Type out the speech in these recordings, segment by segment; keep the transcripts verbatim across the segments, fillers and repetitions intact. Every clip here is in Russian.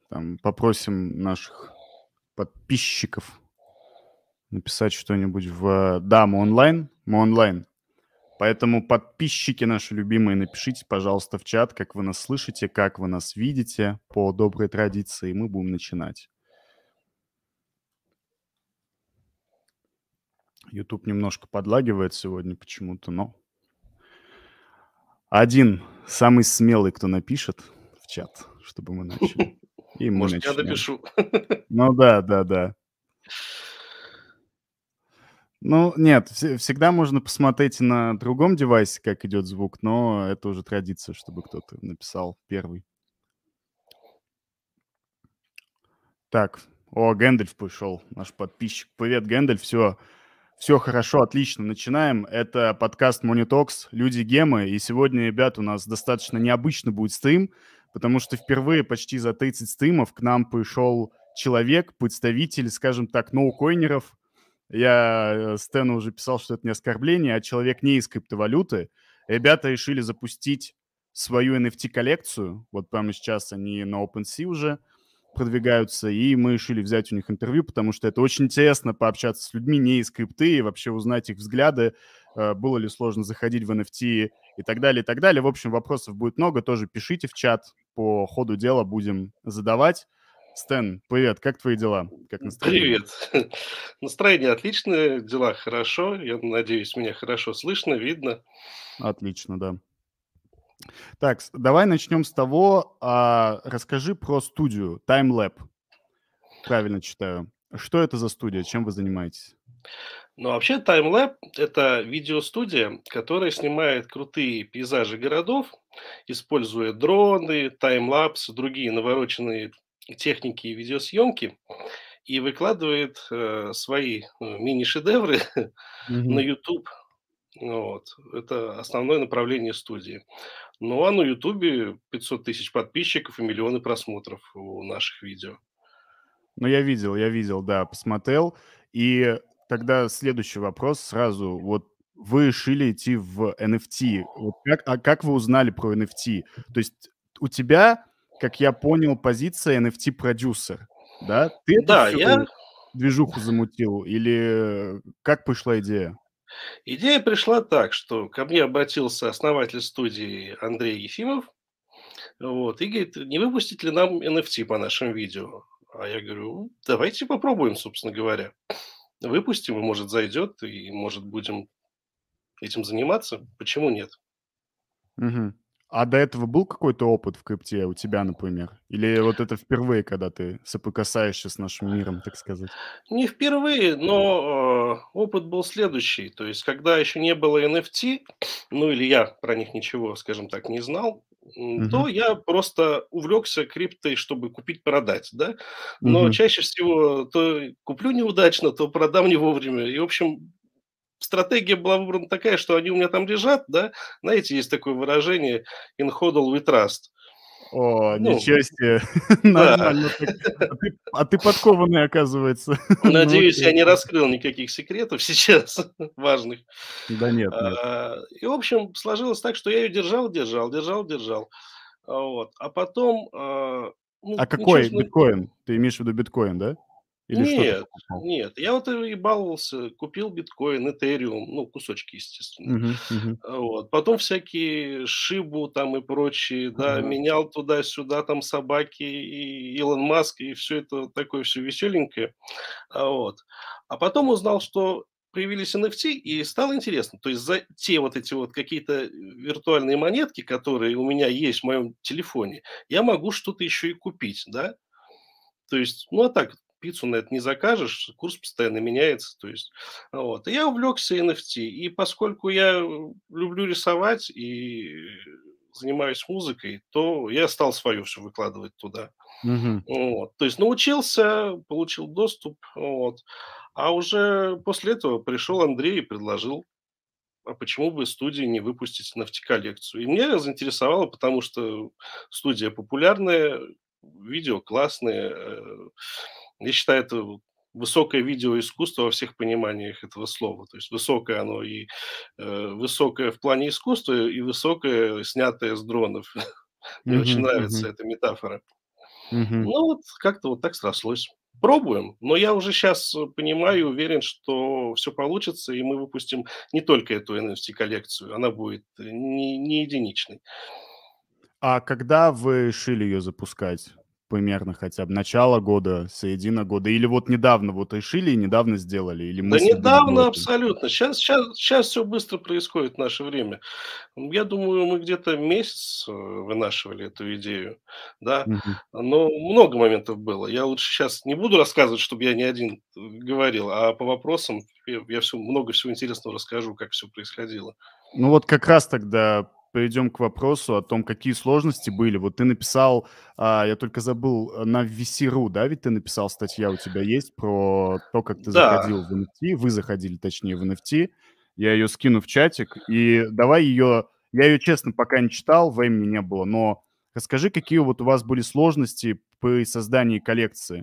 там попросим наших подписчиков написать что-нибудь в Да, мы онлайн, мы онлайн. Поэтому подписчики наши любимые, напишите, пожалуйста, в чат, как вы нас слышите, как вы нас видите по доброй традиции, и мы будем начинать. YouTube немножко подлагивает сегодня почему-то, но... Один самый смелый, кто напишет в чат, чтобы мы начали. И мы Может, я начнем. допишу. Ну да, да, да. Ну, нет, вс- всегда можно посмотреть на другом девайсе, как идет звук, но это уже традиция, чтобы кто-то написал первый. Так, о, Гэндальф пришел, наш подписчик. Привет, Гэндальф, все, все хорошо, отлично, начинаем. Это подкаст Monitox, люди гемы, и сегодня, ребят, у нас достаточно необычно будет стрим, потому что впервые почти за тридцать стримов к нам пришел человек, представитель, скажем так, ноукойнеров. Я э, Стэну уже писал, что это не оскорбление, а человек не из криптовалюты. Ребята решили запустить свою эн эф ти-коллекцию. Вот прямо сейчас они на OpenSea уже продвигаются, и мы решили взять у них интервью, потому что это очень интересно пообщаться с людьми не из крипты и вообще узнать их взгляды, э, было ли сложно заходить в эн эф ти и так далее, и так далее. В общем, вопросов будет много, тоже пишите в чат, по ходу дела будем задавать. Стэн, привет, как твои дела? Как настроение? Привет. Настроение отличное, дела хорошо. Я надеюсь, меня хорошо слышно, видно. Отлично, да. Так, с- давай начнем с того, а, расскажи про студию TimeLab. Правильно читаю. Что это за студия, чем вы занимаетесь? Но вообще TimeLab– это видеостудия, которая снимает крутые пейзажи городов, используя дроны, таймлапс, другие навороченные техники и видеосъемки, и выкладывает э, свои э, мини-шедевры на Мгм. YouTube. Вот. Это основное направление студии. Ну, а на "Ютубе" пятьсот тысяч подписчиков и миллионы просмотров у наших видео. Ну, я видел, я видел, да, посмотрел. И тогда следующий вопрос сразу. Вот вы решили идти в эн эф ти. Вот как, а как вы узнали про эн эф ти? То есть у тебя, как я понял, позиция эн эф ти-продюсер, да? Ты эту Да, всю я движуху замутил или как пришла идея? идея пришла так, что ко мне обратился основатель студии Андрей Ефимов, вот, и говорит: "Не выпустить ли нам эн эф ти по нашим видео?" А я говорю: "Ну, давайте попробуем, собственно говоря. Выпустим, и, может, зайдет, и, может, будем этим заниматься. Почему нет?" Мгм. А до этого был какой-то опыт в крипте у тебя, например? Или вот это впервые, когда ты соприкасаешься с нашим миром, так сказать? Не впервые, но, э, опыт был следующий. То есть, когда еще не было эн эф ти, ну, или я про них ничего, скажем так, не знал, м, то Мгм. я просто увлекся криптой, чтобы купить-продать, да. Но Мгм. чаще всего то куплю неудачно, то продам не вовремя. И, в общем, стратегия была выбрана такая, что они у меня там лежат, да. Знаете, есть такое выражение: "In hodl we trust". О, Ну ничего себе. да. Нормально так. А ты а ты подкованный, оказывается. Ну Надеюсь, окей, я не окей. раскрыл никаких секретов сейчас важных. Да нет, нет. А, и, в общем, сложилось так, что я ее держал, держал, держал, держал. А, вот. А потом, а, А ну, ничего какой ж ну биткоин? Ты имеешь в виду биткоин, да? Или что ты нет, покупал? нет, я вот и баловался, купил биткоин, этериум, ну, кусочки, естественно. Мгм, мгм. А, вот. Потом всякие "Шибу" там и прочие, да, Ага. менял туда-сюда, там собаки и Илон Маск, и все это такое все веселенькое. А, вот. А потом узнал, что появились эн эф ти, и стало интересно. То есть за те вот эти вот какие-то э, виртуальные монетки, которые у меня есть в моем телефоне, я могу что-то еще и купить, да. То есть, ну, а так пиццу на это не закажешь, курс постоянно меняется. То есть, а, вот. И я увлекся эн эф ти. И поскольку я э, люблю рисовать и занимаюсь музыкой, то я стал свое все выкладывать туда. Мгм. Вот. То есть научился, получил доступ, вот. А уже после этого пришел Андрей и предложил: "А почему бы студии не выпустить эн эф ти-коллекцию?" И меня заинтересовало, потому что студия популярная, видео классные. э, Я считаю, это вот высокое видеоискусство во всех пониманиях этого слова. То есть высокое оно и э, высокое в плане искусства, и высокое, снятое с дронов. Мне очень Мгм, нравится мгм. эта метафора. Мгм. Ну, вот как-то вот так срослось. Пробуем, но я уже щас понимаю и уверен, что всё получится, и мы выпустим не только эту эн эф ти-коллекцию, она будет не не единичной. А когда вы решили её запускать? Примерно хотя бы начало года, середина года или вот недавно вот решили и недавно сделали, или Да мысли были до недавно этого? абсолютно. Щас щас щас всё быстро происходит в наше время. М, я думаю, мы где-то месяц, э, вынашивали эту идею, да. Мгм. Но много моментов было. Я лучше щас не буду рассказывать, чтоб я не один, э, говорил, а по вопросам я я всё много всего интересного расскажу, как всё происходило. Ну, вот как раз тогда перейдем к вопросу о том, какие сложности были. Вот ты написал, а, я только забыл, э, на ви си точка ру, да, ведь ты написал, статья у тебя есть про то, как ты Да. заходил в эн эф ти, вы заходили, точнее, в эн эф ти. Я её скину в чатик, и давай её я её, честно, пока не читал, времени не было, но расскажи, какие вот у вас были сложности при создании коллекции.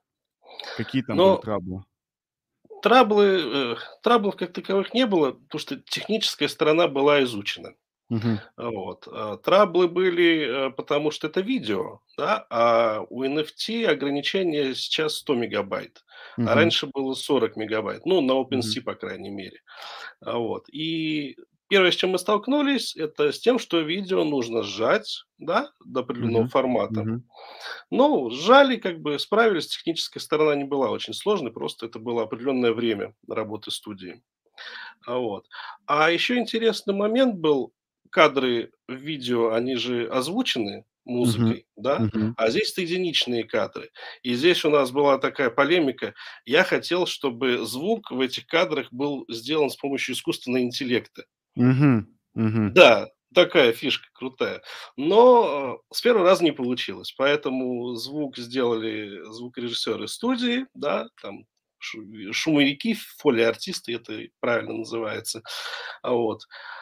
Какие там были Но траблы? траблы, э, траблов как таковых не было, потому что техническая сторона была изучена. Мгм. Вот. А траблы были, э, потому что это видео, да, а у эн эф ти ограничение сейчас сто мегабайт, а Мгм. раньше было сорок мегабайт, ну, на Мгм. OpenSea, по крайней мере. А, вот. И первое, с чем мы столкнулись, это с тем, что видео нужно сжать, да, до определенного Мгм. формата. Мгм. Ну, сжали, как бы справились, техническая сторона не была очень сложной, просто это было определенное время работы студии. А, вот. А еще интересный момент был: кадры в видео, они же озвучены Мгм. музыкой, да, Мгм. а здесь единичные кадры. И здесь у нас была такая полемика. Я хотел, чтобы звук в этих кадрах был сделан с помощью искусственного интеллекта. Мгм. Мгм. Да, такая фишка крутая. Но, э, с первого раза не получилось, поэтому звук сделали звукорежиссеры студии, да, там шу шумовики, фолey-артисты, это правильно называется. А, вот.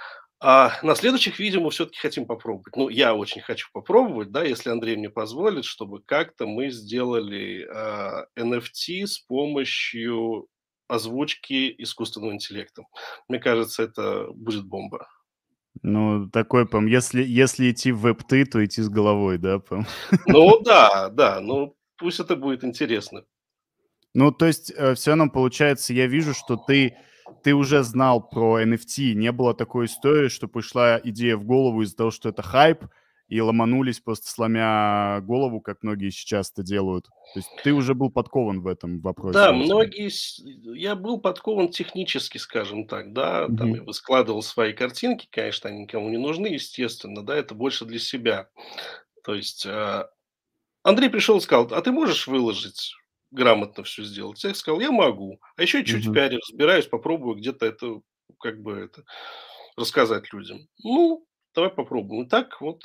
А на следующих видео мы всё-таки хотим попробовать. Ну, я очень хочу попробовать, да, если Андрей мне позволит, чтобы как-то мы сделали, а, эн эф ти с помощью озвучки искусственного интеллекта. Мне кажется, это будет бомба. Ну, такой прям, если если идти в веб-три, то идти с головой, да, прям? Ну да, да, ну, пусть это будет интересно. Ну, то есть, э, всё равно получается, я вижу, что ты ты уже знал про эн эф ти. Не было такой истории, что пришла идея в голову из-за того, что это хайп, и ломанулись, просто сломя голову, как многие сейчас это делают. То есть ты уже был подкован в этом вопросе Да, этим. многие с я был подкован технически, скажем так, да. Там Мгм. я выскладывал свои картинки, конечно, они никому не нужны, естественно, да, это больше для себя. То есть, а, Андрей пришел и сказал: "А ты можешь выложить, грамотно всё сделать?" Я сказал: "Я могу, а еще чуть в Мгм. пиаре разбираюсь, попробую где-то это, как бы это, рассказать людям". Ну, давай попробуем. И так вот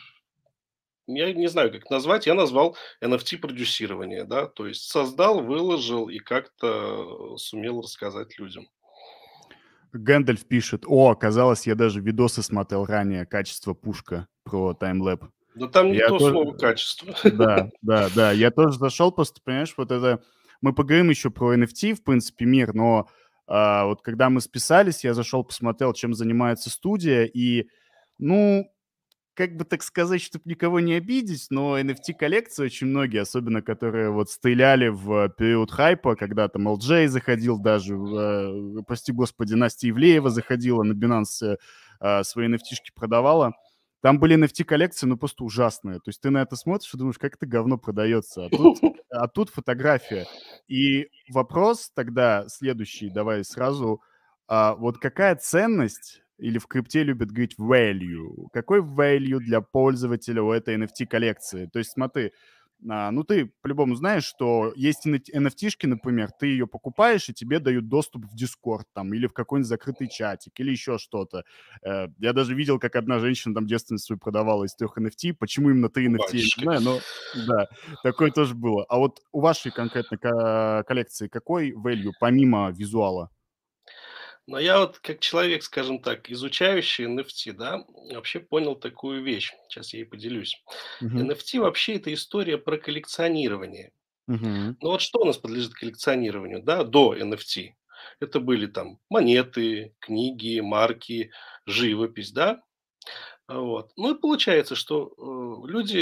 я не знаю, как назвать, я назвал эн эф ти-продюсирование, да, то есть создал, выложил и как-то, э, сумел рассказать людям. Гэндальф пишет: "О, оказалось, я даже видосы смотрел ранее, качество пушка про таймлэп". Да там не Я то тоже, слово "качество". да, да, да, я тоже зашел, просто, понимаешь, вот это мы поговорим еще про эн эф ти, в принципе, мир, но, а, вот когда мы списались, я зашел, посмотрел, чем занимается студия, и, ну, как бы так сказать, чтоб никого не обидеть, но эн эф ти-коллекции очень многие, особенно которые вот стреляли в период хайпа, когда там эл джей заходил даже, в, э, прости господи, Настя Ивлеева заходила на Binance, а, свои эНэФТишки продавала. Там были эн эф ти-коллекции, ну, просто ужасные. То есть ты на это смотришь и думаешь: "Как это говно продается?" А тут а тут фотография. И вопрос тогда следующий, давай сразу. А, вот какая ценность, или в крипте любят говорить value, какой value для пользователя у этой эн эф ти-коллекции? То есть смотри, а, ну, ты по-любому знаешь, что есть эн эНэФТишки, например, ты ее покупаешь, и тебе дают доступ в "Дискорд" там или в какой-нибудь закрытый чатик, или еще что-то. Э, я даже видел, как одна женщина там девственность свою продавала из трех эн эф ти. Почему именно три эн эф ти, я не Батюшки. знаю, но да, такое тоже было. А вот у вашей конкретно ко коллекции какой value помимо визуала? Но я вот как человек, скажем так, изучающий эн эф ти, да, вообще понял такую вещь. Щас я ей поделюсь. Мгм. эн эф ти вообще- это история про коллекционирование. Мгм. Ну, вот что у нас подлежит коллекционированию, да, до эн эф ти? Это были там монеты, книги, марки, живопись, да. А, вот. Ну и получается, что, э, люди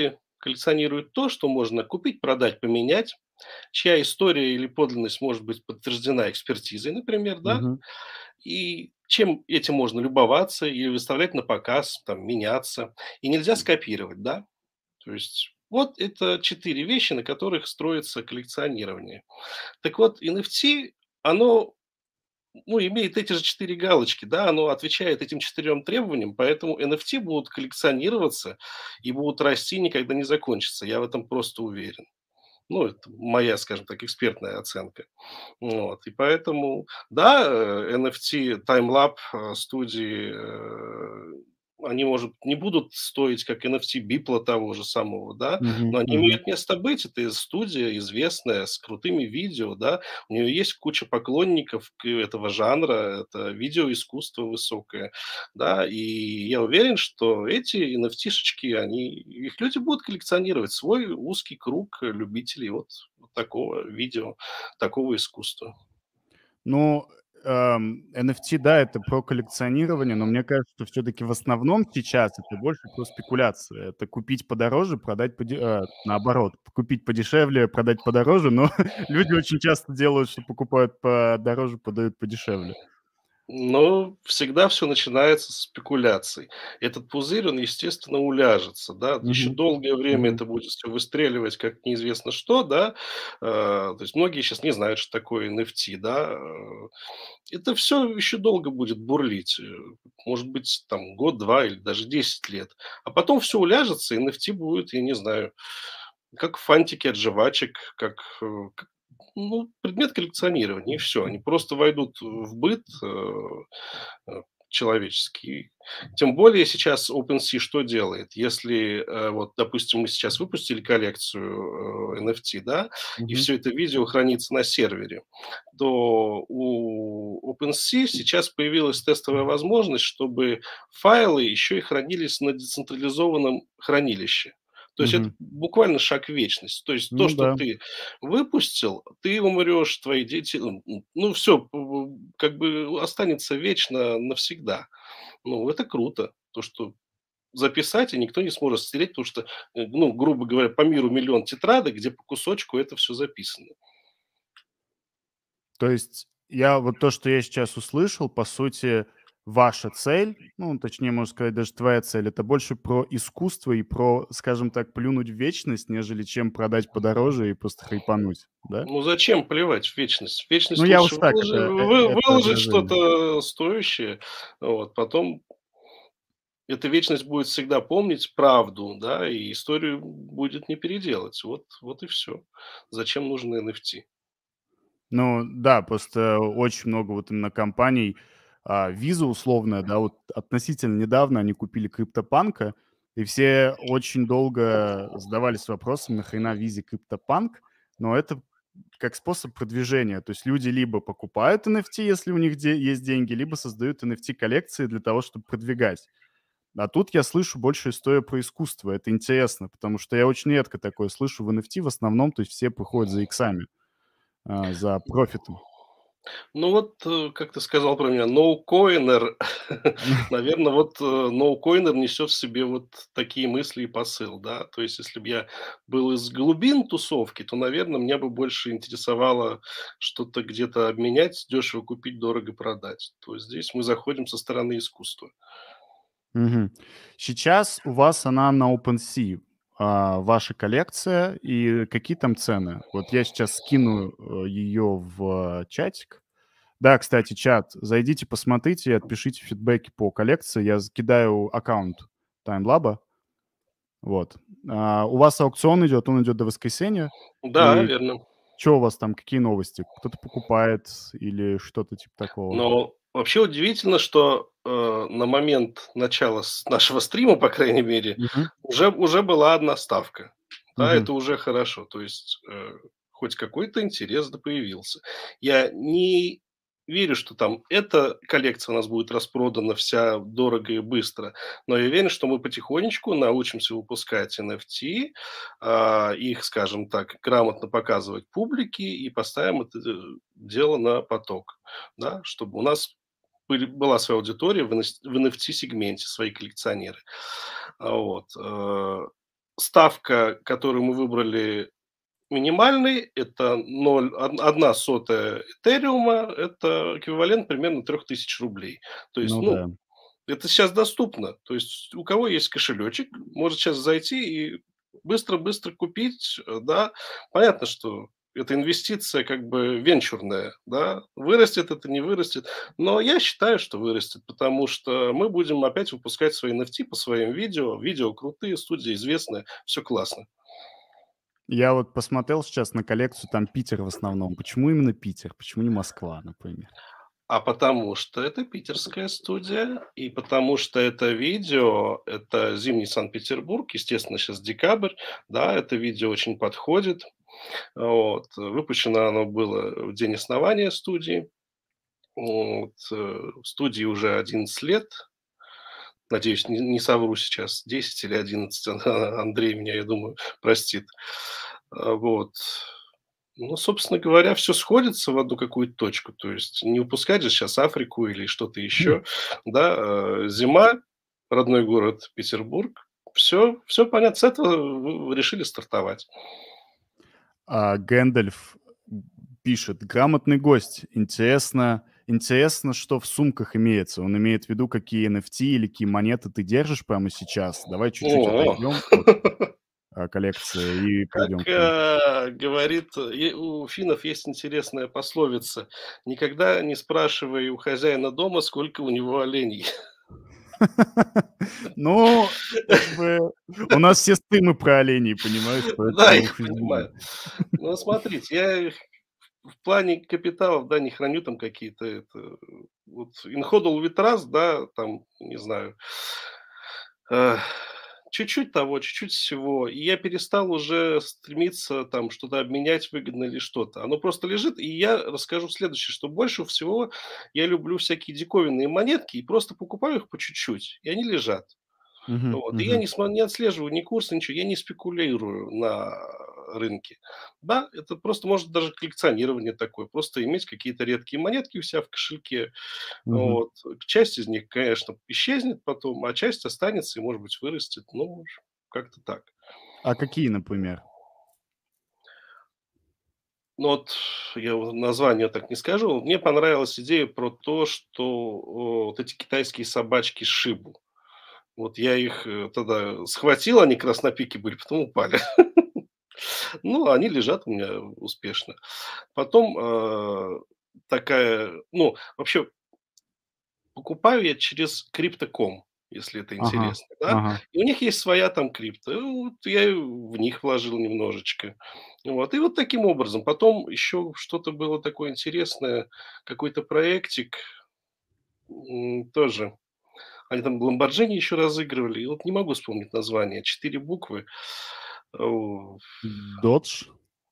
коллекционируют то, что можно купить, продать, поменять, чья история или подлинность может быть подтверждена экспертизой, например, да, Мгм. и чем этим можно любоваться или выставлять на показ, там, меняться. И нельзя скопировать, да. То есть вот это четыре вещи, на которых строится коллекционирование. Так вот, эн эф ти, оно, ну, имеет эти же четыре галочки, да, оно отвечает этим четырем требованиям, поэтому эн эф ти будут коллекционироваться и будут расти, никогда не закончатся. Я в этом просто уверен. Ну, это моя, скажем так, экспертная оценка. Вот, и поэтому, да, э, эн эф ти таймлап э, студии, э, они, может, не будут стоить, как эн эф ти Бипла того же самого, да, Мгм. но они Мгм. имеют место быть. Это студия известная, с крутыми видео, да, у нее есть куча поклонников к этого жанра, это видеоискусство высокое, да, и я уверен, что эти эн эф ти-шечки, они, их люди будут коллекционировать, свой узкий круг любителей вот вот такого видео, такого искусства. Ну, ам, эн эф ти, да, это про коллекционирование, но мне кажется, что все-таки в основном сейчас это больше про спекуляции. Это купить подороже, продать поде а, наоборот, купить подешевле, продать подороже, но люди очень часто делают, что покупают подороже, продают подешевле. Но всегда все начинается с спекуляций. Этот пузырь, он, естественно, уляжется, да. Еще Мгм. долгое время Мгм. это будет все выстреливать, как неизвестно что, да. А, то есть многие сейчас не знают, что такое эн эф ти, да. Э, это все еще долго будет бурлить. Э, может быть, там год, два или даже десять лет. А потом все уляжется, и эн эф ти будет, я не знаю, как фантики от жвачек, как, э, к ну, предмет коллекционирования, и все. Они просто войдут в быт, э, э, человеческий. Тем более сейчас OpenSea что делает? Если, э, вот, допустим, мы сейчас выпустили коллекцию, э, эн эф ти, да, и Мгм. все это видео хранится на сервере, то у OpenSea сейчас появилась тестовая возможность, чтобы файлы еще и хранились на децентрализованном хранилище. То есть это Мгм. буквально шаг в вечность. То есть то, Ну что да. ты выпустил, ты умрешь, твои дети, м, м, ну все, как бы останется вечно навсегда. Ну, это круто. То, что записать, и никто не сможет стереть, потому что, э, ну, грубо говоря, по миру миллион тетрадок, где по кусочку это все записано. То есть я вот то, что я сейчас услышал, по сути, ваша цель, ну, точнее, можно сказать, даже твоя цель, это больше про искусство и про, скажем так, плюнуть в вечность, нежели чем продать подороже и просто хайпануть, да? Ну, зачем плевать в вечность? В Ну, вечность я лучше уж так, выложи это, э, вы это выложить выражение. что-то стоящее, вот, потом эта вечность будет всегда помнить правду, да, и историю будет не переделать. Вот вот и все. Зачем нужен эн эф ти? Ну да, просто очень много вот именно компаний, а, Visa условная, да, вот относительно недавно они купили CryptoPunk, и все очень долго задавались вопросом, нахрена Визе CryptoPunk, но это как способ продвижения. То есть люди либо покупают эн эф ти, если у них де есть деньги, либо создают эн эф ти-коллекции для того, чтобы продвигать. А тут я слышу больше историю про искусство. Это интересно, потому что я очень редко такое слышу в эн эф ти. В основном, то есть все приходят за иксами, а, за профитом. Ну вот, э, как ты сказал про меня, ноукоинер. Наверно, вот, э, ноукоинер несет в себе вот такие мысли и посыл, да. То есть, если бы я был из глубин тусовки, то, наверно, меня бы больше интересовало что-то где-то обменять, дешево купить, дорого продать. То есть здесь мы заходим со стороны искусства. Мгм. Сейчас у вас она на OpenSea, а, ваша коллекция, и какие там цены? Вот я сейчас скину, э, ее в чатик. Да, кстати, чат, зайдите, посмотрите и отпишите фидбэки по коллекции. Я закидаю аккаунт таймлаба. Вот. А, у вас аукцион идет, он идет до воскресенья. Да, И верно. что у вас там, какие новости? Кто-то покупает или что-то типа такого? Но вообще удивительно, что, э, на момент начала с нашего стрима, по крайней мере, Мгм. уже уже была одна ставка. Да, Мгм. это уже хорошо. То есть, э, хоть какой-то интерес да появился. Я не верю, что там эта коллекция у нас будет распродана вся дорого и быстро, но я уверен, что мы потихонечку научимся выпускать эн эф ти, а, их, скажем так, грамотно показывать публике и поставим это, э, дело на поток, да, чтобы у нас были была своя аудитория в эн эс в эн эф ти-сегменте, свои коллекционеры. А, вот, э. ставка, которую мы выбрали, минимальный. Это ноль од одна сотая этериума. Это эквивалент примерно трех тысяч рублей. То есть, Ну ну, да. это сейчас доступно. То есть у кого есть кошелечек, может сейчас зайти и быстро-быстро купить, э, да. Понятно, что это инвестиция как бы венчурная, да. Вырастет это, не вырастет. Но я считаю, что вырастет, потому что мы будем опять выпускать свои эн эф ти по своим видео. Видео крутые, студия известная, все классно. Я вот посмотрел сейчас на коллекцию, там Питер в основном. Почему именно Питер? Почему не Москва, например? А потому что это питерская студия, и потому что это видео, это зимний Санкт-Петербург, естественно, сейчас декабрь, да, это видео очень подходит. Вот. Выпущено оно было в день основания студии. Вот. э, Студии уже одиннадцать лет. Надеюсь, не, не совру сейчас, десять или одиннадцать. Андрей меня, я думаю, простит. А, Вот. Ну, собственно говоря, все сходится в одну какую-то точку. То есть не упускать же сейчас Африку или что-то еще. Да, э, зима, родной город Петербург. Все, все понятно. С этого вы вы решили стартовать. А Гэндальф пишет: "Грамотный гость. Интересно интересно, что в сумках имеется". Он имеет в виду, какие эн эф ти или какие монеты ты держишь прямо сейчас. Давай чуть-чуть О, отойдем от, а, коллекции и как, перейдем к ней. э, говорит, е у финнов есть интересная пословица: "Никогда не спрашивай у хозяина дома, сколько у него оленей". Ну, как бы у нас все стримы про оленей, понимаешь, Да, поэтому их уж извини. понимаю. Ну, смотрите, я их в плане капиталов, да, не храню там какие-то это, вот инходл витрас, да, там, не знаю, э, чуть-чуть того, чуть-чуть всего. И я перестал уже стремиться там что-то обменять выгодно или что-то. Оно просто лежит, и я расскажу следующее, что больше всего я люблю всякие диковинные монетки и просто покупаю их по чуть-чуть, и они лежат. Мгм, Вот. И я мгм, не, смо- не отслеживаю ни курс, ничего, я не спекулирую на рынке. Да, это просто может даже коллекционирование такое, просто иметь какие-то редкие монетки у себя в кошельке. мгм. Вот. Часть из них, конечно, исчезнет потом, а часть останется и, может быть, вырастет. Ну, как-то так. А какие, например? Ну вот я вот название так не скажу. Мне понравилась идея про то, что о, вот эти китайские собачки Шибу. Вот я их э, тогда схватил, они как раз на пике были, потом упали. Ну, они лежат у меня успешно. Потом, э, такая, ну, вообще покупаю я через крипту точка ком, если это Ага, интересно, да. ага. И у них есть своя там крипта. И вот я и в них вложил немножечко. Вот. И вот таким образом. Потом еще что-то было такое интересное, какой-то проектик, м, тоже. Они там "Ламборджини" еще разыгрывали. И вот не могу вспомнить название. Четыре буквы. О, Додж?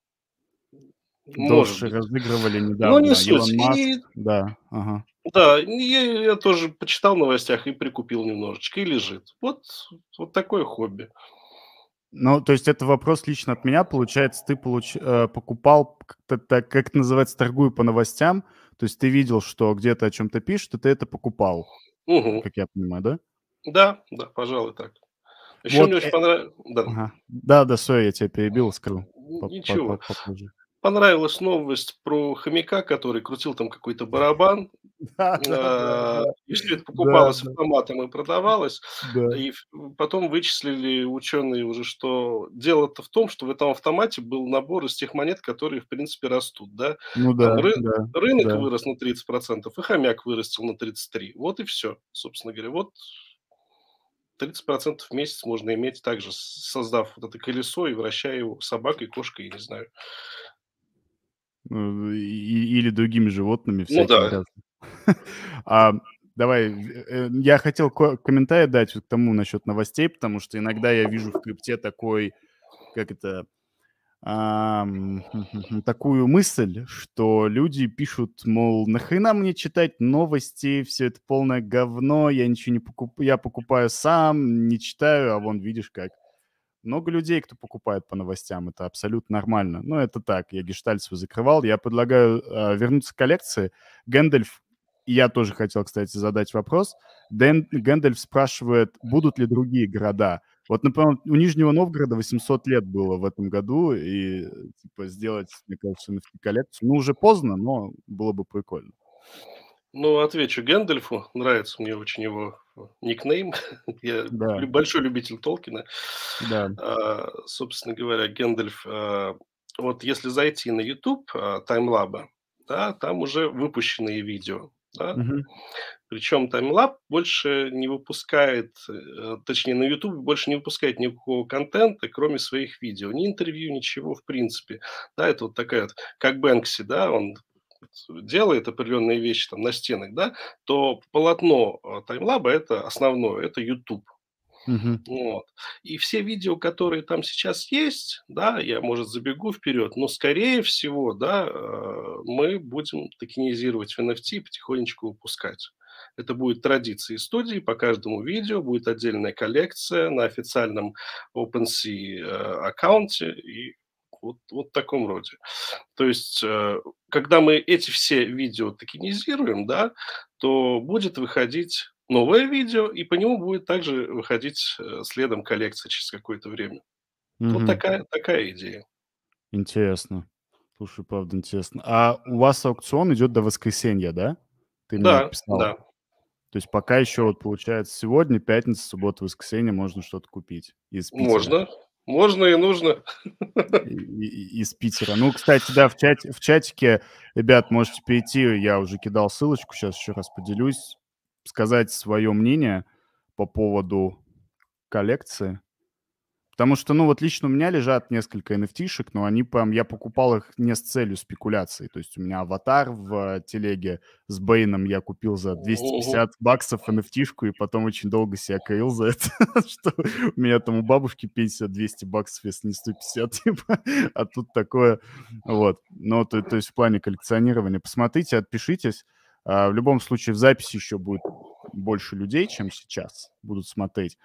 может Додж быть. разыгрывали Но не недавно. суть. Илон Маск, И да, ага. да, я я тоже почитал в новостях и прикупил немножечко, и лежит. Вот вот такое хобби. Ну, то есть это вопрос лично от меня. Получается, ты получ э, покупал как-то так, как это называется, торгую по новостям. То есть ты видел, что где-то о чем-то пишут, и ты это покупал, э, Мгм. как я понимаю, да? Да, да, пожалуй, так. Еще мне Вот, очень э понравилось. Да, ага. Да-да, сори, я тебя перебил, скажу по по по ничего. попозже. Понравилась новость про хомяка, который крутил там какой-то барабан. А, Да-да-да-да. и всё это покупалось Да-да, автоматом и продавалось. да. И ф потом вычислили ученые уже, что дело-то в том, что в этом автомате был набор из тех монет, которые, в принципе, растут, да. Ну Там да, ры да, рынок да. вырос на тридцать процентов, и хомяк вырастил на тридцать три. Вот и все, собственно говоря. Вот тридцать процентов в месяц можно иметь также, с создав вот это колесо и вращая его собакой, кошкой, я не знаю. Э, и или другими животными Ну всякими да. разными. А, давай, в э, я хотел ко комментарий дать вот к тому насчет новостей, потому что иногда я вижу в крипте такой, как это, ам, такую мысль, что люди пишут, мол: "Нахрена мне читать новости? Все это полное говно, я ничего не покупаю, я покупаю сам, не читаю". А вон видишь как. Много людей, кто покупает по новостям, это абсолютно нормально. Но это так, я гештальт свой закрывал. Я предлагаю, а, вернуться к коллекции. Гэндальф, и я тоже хотел, кстати, задать вопрос. Дэн Гэндальф спрашивает, будут ли другие города. Вот, например, у Нижнего Новгорода восемьсот лет было в этом году, и, типа, сделать, мне кажется, эн эф ти-коллекцию, ну, уже поздно, но было бы прикольно. Ну, отвечу Гэндальфу. Нравится мне очень его э, никнейм. Я Да, лю- большой любитель Толкина. да. А, собственно говоря, Гэндальф, а, вот если зайти на YouTube а, таймлаба, да, там уже выпущенные видео, да. Мгм. Причем таймлаб больше не выпускает, э, точнее, на YouTube больше не выпускает никакого контента, кроме своих видео. Ни интервью, ничего в принципе. Да, это вот такая вот, как Бэнкси, да, он делает определенные вещи там на стенах, да, то полотно э, таймлаба это основное, это YouTube. Мгм. Вот. И все видео, которые там сейчас есть, да, я, может, забегу вперед, но, скорее всего, да, э, мы будем токенизировать в эн эф ти и потихонечку выпускать. Это будет традицией студии, по каждому видео будет отдельная коллекция на официальном OpenSea э, аккаунте и вот, вот в таком роде. То есть, э, когда мы эти все видео токенизируем, да, то будет выходить новое видео, и по нему будет также выходить, э, следом коллекция через какое-то время. Вот Мгм. такая такая идея. Интересно. Слушай, правда интересно. А у вас аукцион идет до воскресенья, да? Ты мне Да, написал. да, То есть пока еще вот получается сегодня, пятница, суббота, воскресенье можно что-то купить из Питера. можно, можно и нужно. И- и- из Питера. Ну, кстати, да, в чате, в чатике, ребят, можете перейти, я уже кидал ссылочку, сейчас еще раз поделюсь, сказать свое мнение по поводу коллекции. Потому что, ну, вот лично у меня лежат несколько эн эф ти-шек, но они прям, я покупал их не с целью спекуляции. То есть у меня аватар в э, телеге с Бэйном я купил за двести Мгм. пятьдесят баксов эн эф ти-шку, и потом очень долго себя корил за это, что у меня там у бабушки пенсия двести баксов, если не сто пятьдесят, типа, а тут такое, вот. Но, то, то есть в плане коллекционирования. Посмотрите, отпишитесь. А, в любом случае в записи еще будет больше людей, чем сейчас будут смотреть.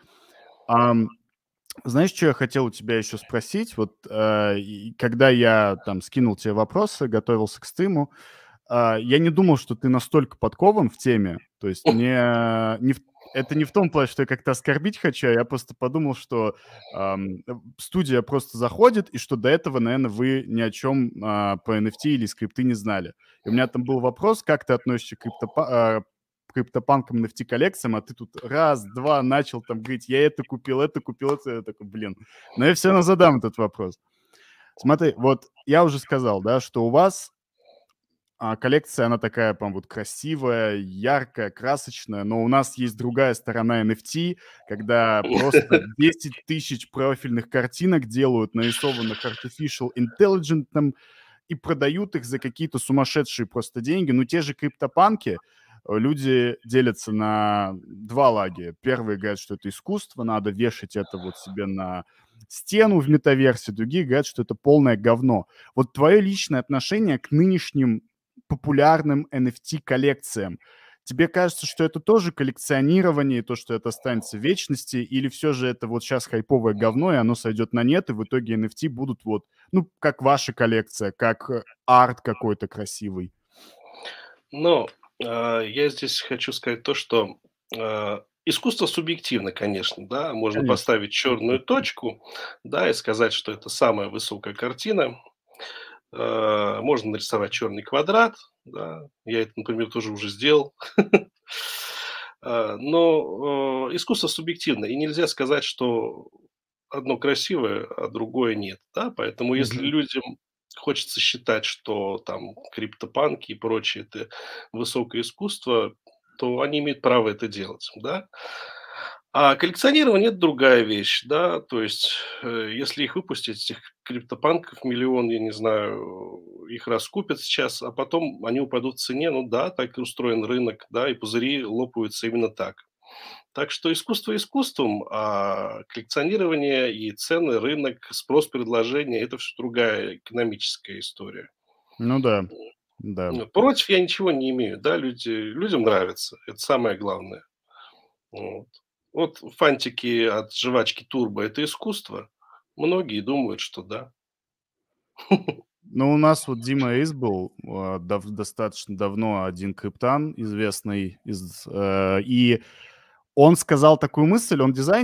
Ам, знаешь, что я хотел у тебя еще спросить? Вот, э, и когда я там скинул тебе вопросы, готовился к стриму, а, я не думал, что ты настолько подкован в теме. То есть мне не в это не в том плане, что я как-то оскорбить хочу, а я просто подумал, что, ам, э, студия просто заходит, и что до этого, наверно, вы ни о чем, а, по эн эф ти или скрипты не знали. И у меня там был вопрос: как ты относишься к криптопа а, криптопанкам, эн эф ти-коллекциям, а ты тут раз, два начал там говорить: "Я это купил, это купил, это". Я такой: "Блин". Но я всё равно задам этот вопрос. Смотри, вот я уже сказал, да, что у вас а, коллекция, она такая прям вот красивая, яркая, красочная, но у нас есть другая сторона эн эф ти, когда просто десять тысяч профильных картинок делают, нарисованных artificial intelligence, и продают их за какие-то сумасшедшие просто деньги. Ну, те же криптопанки, э, люди делятся на два лагеря. Первые говорят, что это искусство, надо вешать это вот себе на стену в метаверсе. Другие говорят, что это полное говно. Вот твое личное отношение к нынешним популярным эн эф ти-коллекциям. Тебе кажется, что это тоже коллекционирование, и то, что это останется в вечности, или все же это вот сейчас хайповое говно, и оно сойдет на нет, и в итоге эн эф ти будут вот, ну, как ваша коллекция, как э, арт какой-то красивый? Но, а, я здесь хочу сказать то, что, а, искусство субъективно, конечно, да. Можно Конечно. поставить черную Естественно. точку, да, и сказать, что это самая высокая картина. А, можно нарисовать черный квадрат, да. Я это, например, тоже уже сделал. А, но, э, искусство субъективно, и нельзя сказать, что одно красивое, а другое нет, да. Поэтому если Мгм. людям хочется считать, что там криптопанки и прочее — это высокое искусство, то они имеют право это делать, да. А коллекционирование — это другая вещь, да. То есть, э, если их выпустить, этих криптопанков миллион, я не знаю, их раскупят сейчас, а потом они упадут в цене. Ну да, так и устроен рынок, да, и пузыри лопаются именно так. Так что искусство искусством, а коллекционирование и цены, рынок, спрос, предложение — это все другая экономическая история. Ну да, да. М, против я ничего не имею, да, люди людям нравится, это самое главное. Вот. Вот фантики от жвачки "Турбо" — это искусство? Многие думают, что да. Ну, у нас вот Дима Эйс был, а, дав достаточно давно, один криптан известный из, э, и он сказал такую мысль, он дизайнер,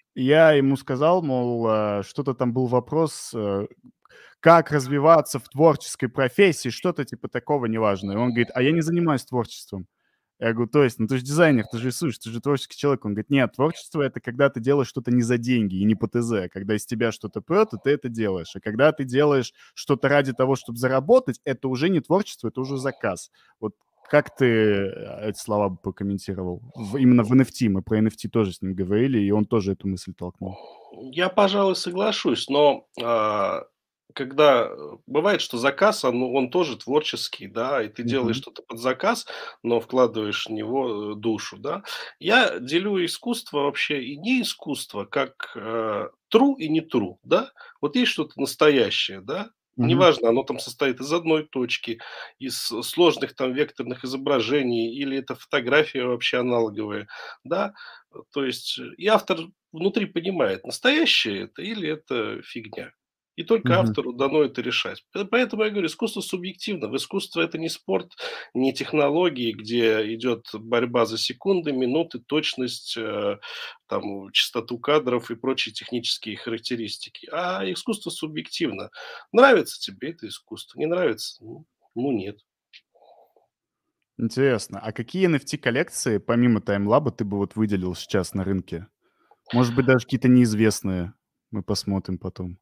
Я ему сказал, мол, э, что-то там был вопрос, э, как развиваться в творческой профессии, что-то типа такого, неважно. И он говорит: "А я не занимаюсь творчеством". Я говорю: "То есть? Ну ты же дизайнер, ты же рисуешь, ты же творческий человек". Он говорит: "Нет, творчество- это когда ты делаешь что-то не за деньги и не по ТЗ. Когда из тебя что-то прет, и ты это делаешь. А когда ты делаешь что-то ради того, чтобы заработать, это уже не творчество, это уже заказ". Вот как ты э, эти слова бы прокомментировал? В именно в эн эф ти. Мы про эн эф ти тоже с ним говорили, и он тоже эту мысль толкнул. Я, пожалуй, соглашусь, но, а, когда, э, бывает, что заказ, он он тоже творческий, да, и ты делаешь Мгм. что-то под заказ, но вкладываешь в него, э, душу, да. Я делю искусство вообще и не искусство как, э, true и не true, да. Вот есть что-то настоящее, да, Мгм. неважно, оно там состоит из одной точки, из сложных там векторных изображений или это фотография вообще аналоговая, да. Э, то есть, э, и автор внутри понимает, настоящее это или это фигня. И только Мгм. автору дано это решать. П поэтому я говорю, искусство субъективно. В искусство это не спорт, не технологии, где идет борьба за секунды, минуты, точность, э, там, частоту кадров и прочие технические характеристики. А искусство субъективно. Нравится тебе- это искусство, не нравится- ну ну нет. Интересно, а какие эн эф ти-коллекции, помимо "Таймлаба", ты бы вот выделил сейчас на рынке? Может быть, даже какие-то неизвестные? Мы посмотрим потом.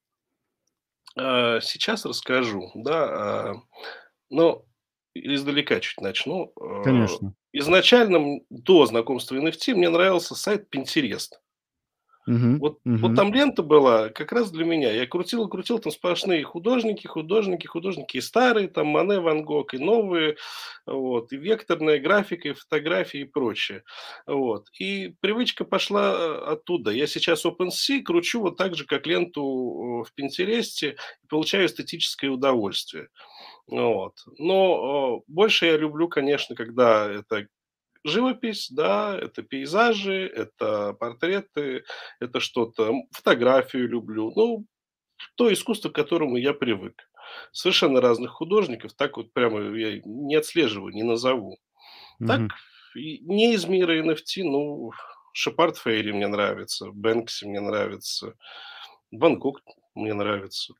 А, сейчас расскажу, да, а, но издалека чуть начну. Э, Конечно. изначально, м, до знакомства эн эф ти мне нравился сайт Pinterest. Мгм, Вот вот мгм. там лента была как раз для меня. Я крутил и крутил, там сплошные художники, художники, художники. И старые, там Мане, Ван Гог, и новые, вот, и векторная графика, и фотографии, и прочее. Вот. И привычка пошла, э, оттуда. Я сейчас OpenSea кручу вот так же, как ленту, э, в "Пинтересте", и получаю эстетическое удовольствие. Вот. Но, э, больше я люблю, конечно, когда это живопись, да, это пейзажи, это портреты, это что-то, м, фотографию люблю. Ну, то искусство, к которому я привык. Совершенно разных художников, так вот прямо я не отслеживаю, не назову. Так, Мгм. и не из мира эн эф ти, ну, Шепард Фейри мне нравится, Бэнкси мне нравится, Ван Гог мне нравится.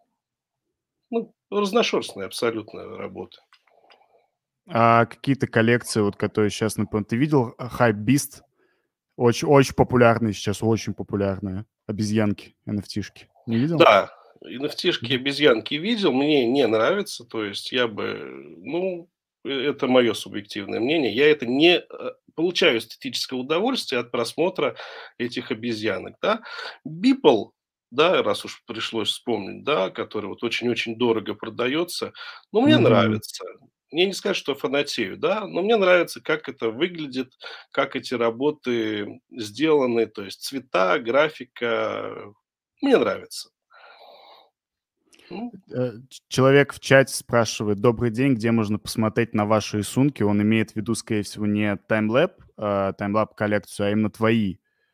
Ну, разношерстные абсолютно работы. А какие-то коллекции, вот которые щас, например, ты видел Hypebeast? Очень очень популярные сейчас, очень популярные обезьянки, эф-тишки. Не видел? Да, эф-тишки, Мгм. обезьянки видел, мне не нравится. То есть я бы, ну, э это мое субъективное мнение. Я это не, э, получаю эстетическое удовольствие от просмотра этих обезьянок, да. Beeple, да, раз уж пришлось вспомнить, да, который вот очень-очень дорого продается, но мне Мгм. нравится. Мне не сказать, что фанатею, да, но мне нравится, как это выглядит, как эти работы сделаны, то есть цвета, графика. Мне нравится. Ну. Э, ч человек в чате спрашивает: "Добрый день, где можно посмотреть на ваши рисунки?" Он имеет в виду, скорее всего, не Timelab, а, Timelab коллекцию, а именно твои.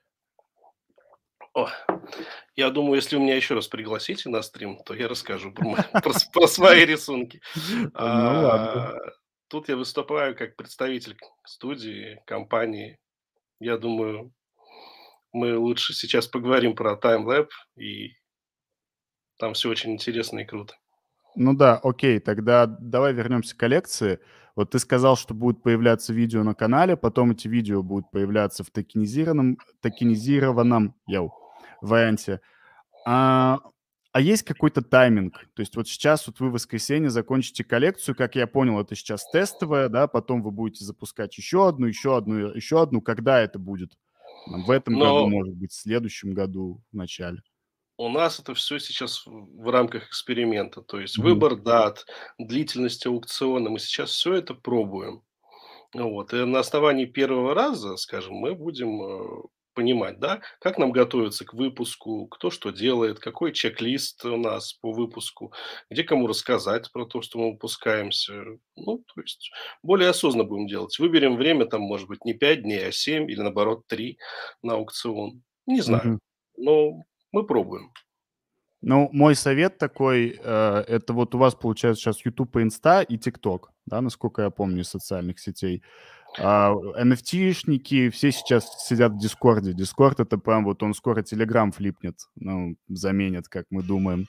Ох, я думаю, если вы меня еще раз пригласите на стрим, то я расскажу про мо про с про свои рисунки. Ну ладно. А, тут я выступаю как представитель к студии, компании. Я думаю, мы лучше сейчас поговорим про Timelab, и там всё очень интересно и круто. Ну да, окей, тогда давай вернемся к коллекции. Вот ты сказал, что будут появляться видео на канале, потом эти видео будут появляться в токенизированном токенизированном, йоу, варианте. А, а есть какой-то тайминг? То есть вот сейчас вот вы в воскресенье закончите коллекцию, как я понял, это сейчас тестовая, да, потом вы будете запускать еще одну, еще одну, еще одну. Когда это будет? Там в этом году, Но может быть, в следующем году в начале? у нас это всё сейчас в в рамках эксперимента. То есть Мгм. выбор дат, длительность аукциона. Мы сейчас всё это пробуем. Вот. И на основании первого раза, скажем, мы будем, э, понимать, да, как нам готовиться к выпуску, кто что делает, какой чек-лист у нас по выпуску, где кому рассказать про то, что мы выпускаемся. Ну, то есть более осознанно будем делать. Выберем время, там, может быть, не пять дней, а семь или, наоборот, три на аукцион. Не знаю, Мгм. но мы пробуем. Ну, мой совет такой, э, это вот у вас получается щас "Ютуб" и "Инста", и "ТикТок", да, насколько я помню из социальных сетей. А, эн эф ти-шники все сейчас сидят в Дискорде. Дискорд — это прям вот он скоро Телеграм флипнет, ну, заменит, как мы думаем.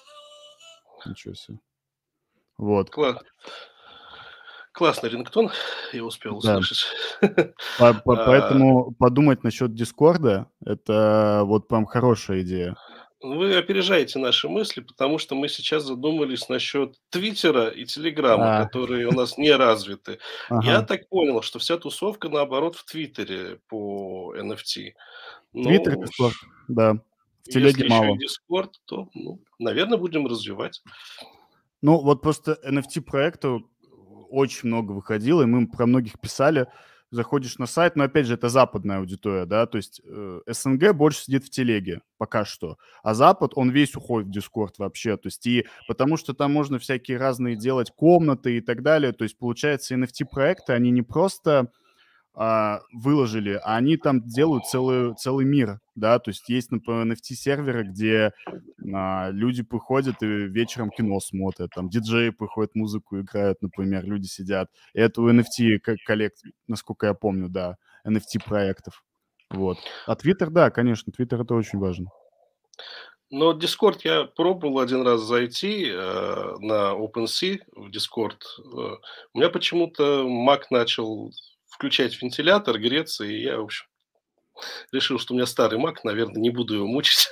Ничего себе. Вот. Кла классный рингтон, я успел Да. услышать. По по А, поэтому подумать насчет "Дискорда" — это вот прям хорошая идея. Вы опережаете наши мысли, потому что мы сейчас задумались насчет "Твиттера" и "Телеграма", А, которые у нас не развиты. Я ага. так понял, что вся тусовка, наоборот, в "Твиттере" по эн эф ти. "Твиттер", Ну, "Дискорд", ш да. В "Телеге" если еще и мало. "Дискорд", то, ну, наверно, будем развивать. Ну, вот просто эн эф ти-проекту очень много выходило, и мы про многих писали. Заходишь на сайт, но, опять же, это западная аудитория, да, то есть э, СНГ больше сидит в телеге пока что, а Запад, он весь уходит в Дискорд вообще, то есть и потому что там можно всякие разные делать комнаты и так далее, то есть, получается, эн эф ти-проекты, они не просто а, выложили, а они там делают целый, целый мир, да, то есть есть, например, эн эф ти-серверы, где а, люди приходят и вечером кино смотрят, там диджеи приходят, музыку играют, например, люди сидят. И это у эн эф ти-коллекций, насколько я помню, да, эн эф ти-проектов. Вот. А Твиттер, да, конечно, Твиттер — это очень важно. Но "Дискорд" я пробовал один раз зайти, э, на OpenSea в "Дискорд". Э, у меня почему-то Mac начал включать вентилятор, греться, и я, в общем, решил, что у меня старый Mac, наверно, не буду его мучить.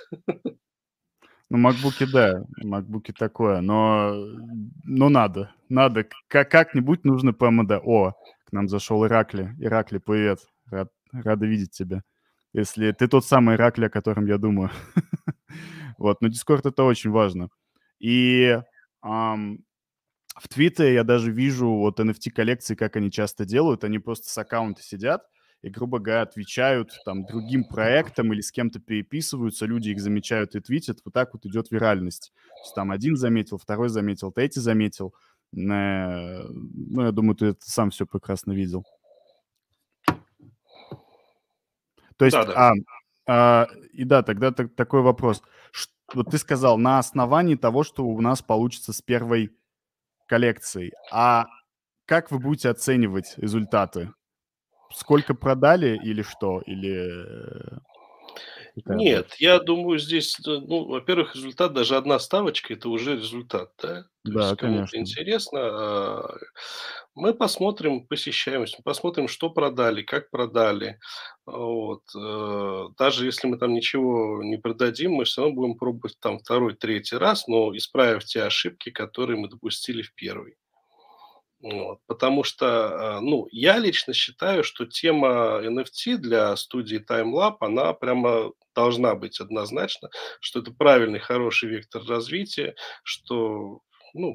Ну, макбуки, да, макбуки такое, но, но надо, надо, как- как-нибудь нужно по МД. О, к нам зашел Иракли. Иракли, привет, рад, рада видеть тебя. Если ты тот самый Иракли, о котором я думаю. Вот, но Discord — это очень важно. И ам, в Твиттере я даже вижу вот эн эф ти-коллекции, как они часто делают. Они просто с аккаунта сидят и, грубо говоря, отвечают там другим проектам или с кем-то переписываются, люди их замечают и твитят. Вот так вот идет виральность. То есть там один заметил, второй заметил, третий заметил. Э, Ну, я думаю, ты это сам все прекрасно видел. То есть, Да-да. а, а, и да, тогда так- такой вопрос. Ш- Вот ты сказал, на основании того, что у нас получится с первой коллекцией. А как вы будете оценивать результаты? Сколько продали или что? Или э, какая будет? Нет, я думаю, здесь, э, ну, во-первых, результат, даже одна ставочка — это уже результат, да. То есть Да, кому-то конечно. интересно, а, мы посмотрим посещаемость, мы посмотрим, что продали, как продали. Вот. Э, даже если мы там ничего не продадим, мы все равно будем пробовать там второй, третий раз, но исправив те ошибки, которые мы допустили в первый. Вот. Потому что, а, ну, я лично считаю, что тема эн эф ти для студии TimeLab, она прямо должна быть однозначно, что это правильный, хороший вектор развития, что, ну,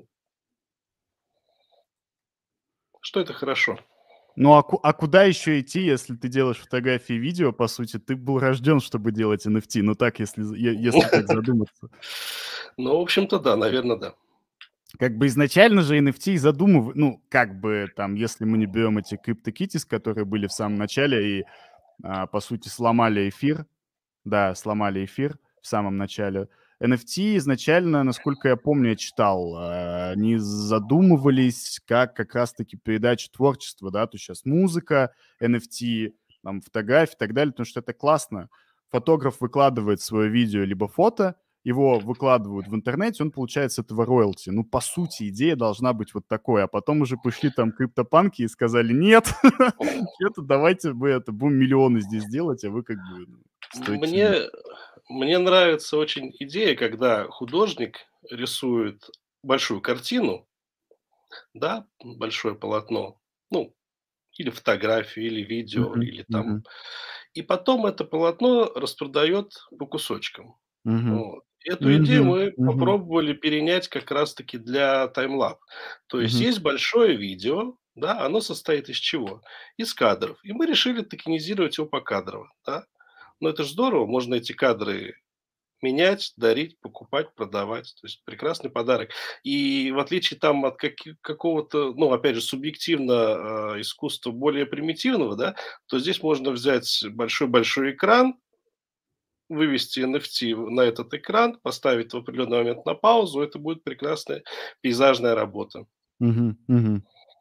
что это хорошо. Ну, а, ку- а куда еще идти, если ты делаешь фотографии и видео, по сути? Ты был рожден, чтобы делать эн эф ти. Ну, так, если, за- е- если так задуматься. Ну, в общем-то, да, наверное, да. Как бы изначально же эн эф ти задумыв... Ну, как бы там, если мы не берем эти CryptoKitties, которые были в самом начале и, а, по сути, сломали эфир. Да, сломали эфир в самом начале. эн эф ти изначально, насколько я помню, я читал, а, они задумывались как как раз-таки передача творчества, да, то есть сейчас музыка, эн эф ти, там, фотографии и так далее, потому что это классно. Фотограф выкладывает свое видео либо фото, его выкладывают в интернете, он получает с этого роялти. Ну, по сути, идея должна быть вот такой. А потом уже пришли там криптопанки и сказали: нет, это давайте мы это будем миллионы здесь делать, а вы как бы ну, стойте смирно. Мне, мне нравится очень идея, когда художник рисует большую картину, да, большое полотно, ну, или фотографию, или видео, Мгм, или там. мгм, И потом это полотно распродает по кусочкам. мгм, Вот. Эту идею мгм, мы мгм, попробовали перенять как раз-таки для таймлап. То есть мгм, есть большое видео, да, оно состоит из чего? Из кадров. И мы решили токенизировать его покадрово, да. Но это же здорово, можно эти кадры менять, дарить, покупать, продавать. То есть прекрасный подарок. И в отличие там от каки- какого-то, ну, опять же, субъективно э, искусства более примитивного, да, то здесь можно взять большой-большой экран, вывести эн эф ти на этот экран, поставить в определенный момент на паузу, это будет прекрасная пейзажная работа. мгм, мгм.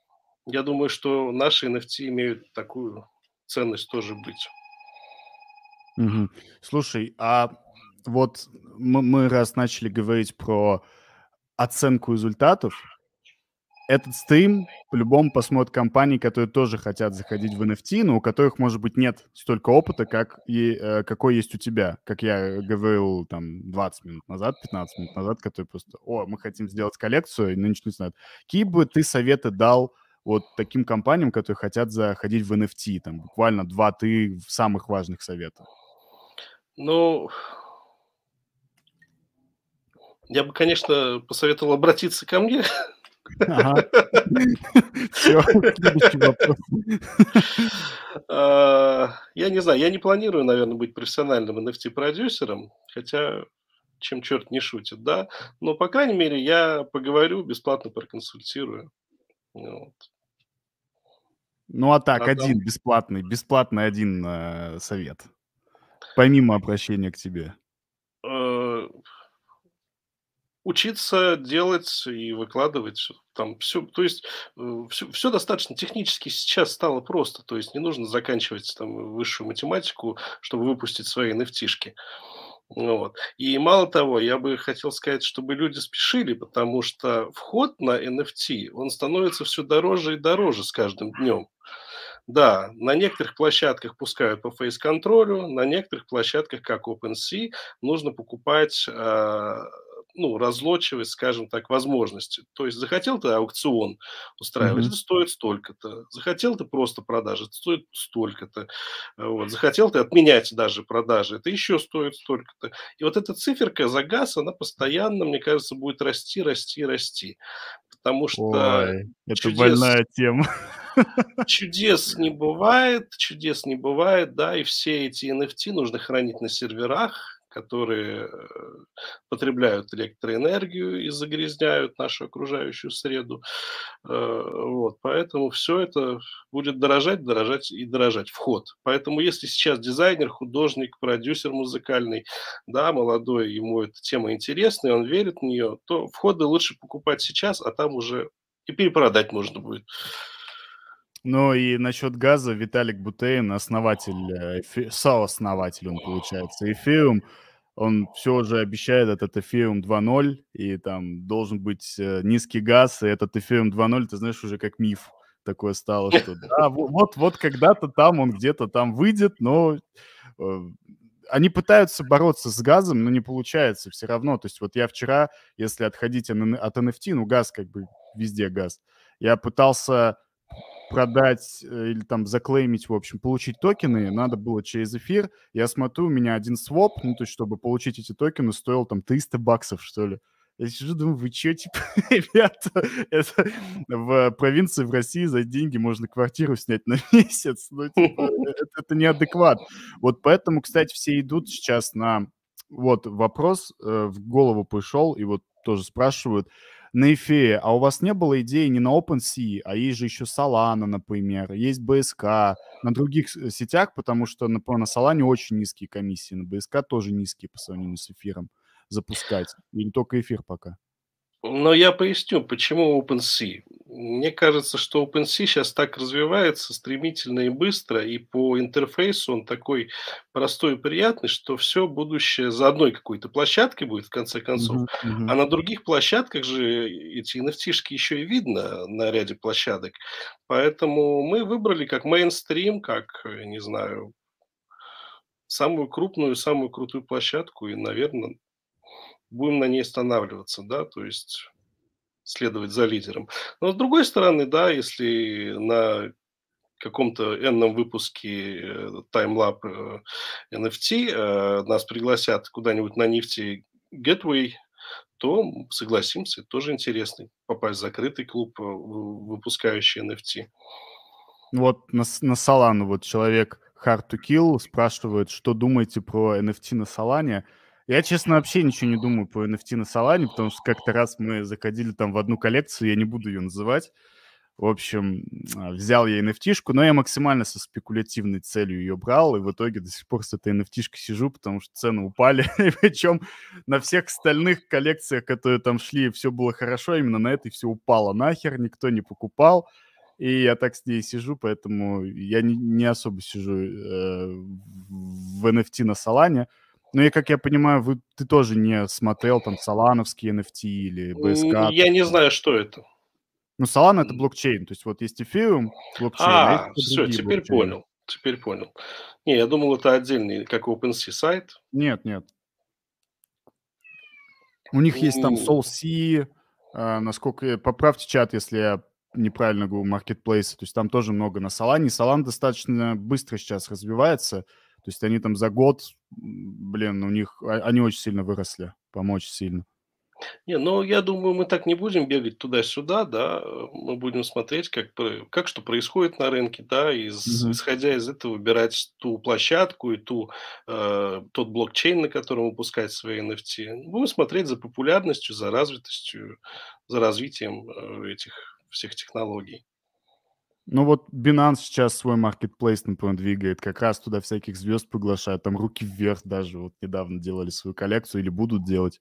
Я думаю, что наши эн эф ти имеют такую ценность тоже быть. Мгм. Слушай, а вот мы мы раз начали говорить про оценку результатов, этот стрим по-любому посмотрят компании, которые тоже хотят заходить в эн эф ти, но у которых, может быть, нет столько опыта, как и, э, какой есть у тебя. Как я говорил там двадцать минут назад, пятнадцать минут назад, которые просто: "О, мы хотим сделать коллекцию", но ничего не знают. Какие бы ты советы дал вот таким компаниям, которые хотят заходить в эн эф ти? Там буквально два-три самых важных совета. Ну, я бы, конечно, посоветовал обратиться ко мне. Ага. Всё, следующий вопрос. А, я не знаю, я не планирую, наверно, быть профессиональным эн эф ти-продюсером, хотя чем черт не шутит, да. Но, по крайней мере, я поговорю, бесплатно проконсультирую. Вот. Ну, а так, А там один бесплатный бесплатный один, э, совет, помимо обращения к тебе. Э Учиться делать и выкладывать всё там всё, то есть, э, всё всё достаточно технически сейчас стало просто. То есть не нужно заканчивать там высшую математику, чтобы выпустить свои эф-тишки. Ну вот. И мало того, я бы хотел сказать, чтобы люди спешили, потому что вход на эн эф ти, он становится всё дороже и дороже с каждым днем. Да, на некоторых площадках пускают по фейс-контролю, на некоторых площадках, как OpenSea, нужно покупать, а, ну, разлочивать, скажем так, возможности. То есть захотел ты аукцион устраивать- Мгм. это стоит столько-то. Захотел ты просто продажи- это стоит столько-то. Вот. Захотел ты отменять даже продажи- это еще стоит столько-то. И вот эта циферка за газ, она постоянно, мне кажется, будет расти, расти, расти. Потому что Ой, это чудес больная тема. чудес не бывает, чудес не бывает, да, и все эти эн эф ти нужно хранить на серверах, которые, э, потребляют электроэнергию и загрязняют нашу окружающую среду. Э, вот, поэтому всё это будет дорожать, дорожать и дорожать- вход. Поэтому если сейчас дизайнер, художник, продюсер музыкальный, да, молодой, ему эта тема интересна, и он верит в нее, то входы лучше покупать сейчас, а там уже и перепродать можно будет. Ну и насчет газа Виталик Бутейн, основатель, э, эфи сооснователь он, получается, Ethereum, он всё уже обещает этот Ethereum два ноль, и там должен быть, э, низкий газ. И этот Ethereum два ноль, ты знаешь, уже как миф такое стало, что да, во вот вот когда-то там он где-то там выйдет, но, э, они пытаются бороться с газом, но не получается всё равно. То есть вот я вчера, если отходить эн от эн эф ти, ну, газ как бы, везде газ, я пытался продать, э, или там заклеймить, в общем, получить токены, надо было через эфир. Я смотрю, у меня один своп, ну, то есть чтобы получить эти токены, стоил там триста баксов, что ли. Я сижу, думаю: "Вы чё, типа, ребята, это в провинции, в России за эти деньги можно квартиру снять на месяц". Ну, типа, э это это неадекват. Вот поэтому, кстати, все идут сейчас на вот вопрос, э, в голову пришел, и вот тоже спрашивают: "На эфире, а у вас не было идеи не на OpenSea, а есть же еще Solana, например, есть би эс кей, на других с сетях?" Потому что, например, на Solana очень низкие комиссии, на би эс кей тоже низкие по сравнению с эфиром запускать. Или только эфир пока? Но я поясню, почему OpenSea. Мне кажется, что OpenSea щас так развивается стремительно и быстро, и по интерфейсу он такой простой и приятный, что всё будущее за одной какой-то площадкой будет, в конце концов. Мгм, А мгм. на других площадках же эти эф-тишки еще и видно на ряде площадок. Поэтому мы выбрали как мейнстрим, как, э, не знаю самую крупную, самую крутую площадку и, наверно, будем на ней останавливаться, да, то есть следовать за лидером. Но, с другой стороны, да, если на каком-то энном выпуске, э, Timelab, э, эн эф ти, э, нас пригласят куда-нибудь на Nifty Gateway, то, м, согласимся, тоже интересно попасть в закрытый клуб, э, в выпускающий эн эф ти. Вот на с на Solana вот человек Hard to Kill спрашивает: "Что думаете про эн эф ти на Solana?" Я, честно, вообще ничего не думаю про эн эф ти на Solana, потому что как-то раз мы заходили там в одну коллекцию, я не буду ее называть. В общем, а, взял я эф-тишку, но я максимально со спекулятивной целью ее брал, и в итоге до сих пор с этой эф-тишкой сижу, потому что цены упали. И причем на всех остальных коллекциях, которые там шли, всё было хорошо, а именно на этой всё упало нахер, никто не покупал. И я так с ней сижу, поэтому я не, не особо сижу э, в эн эф ти на Solana. Но и, как я понимаю, вы, ты тоже не смотрел там солановские эн эф ти или М, би эс си эй. Я не знаю, что это. Ну, Solana — это М. блокчейн. То есть вот есть Ethereum блокчейн, а есть А, еще все, другие теперь блокчейны. понял, теперь понял. Не, я думал, это отдельный, как OpenSea сайт. Нет, нет. У них есть там М, SoulSea, а, насколько... я- Поправьте чат, если я неправильно говорю, маркетплейсы. То есть там тоже много на Solana. Solana достаточно быстро сейчас развивается. То есть они там за год, м, блин, у них... а- Они очень сильно выросли. Помочь сильно. Не, ну, я думаю, мы так не будем бегать туда-сюда, да. э, Мы будем смотреть, как, про- как что происходит на рынке, да, и из- Мгм. исходя из этого выбирать ту площадку и ту, э, тот блокчейн, на котором выпускать свои эн эф ти. Будем смотреть за популярностью, за развитостью, за развитием э, этих всех технологий. Ну вот Binance сейчас свой маркетплейс, например, двигает. Как раз туда всяких звезд приглашают. Там руки вверх даже. Вот недавно делали свою коллекцию или будут делать.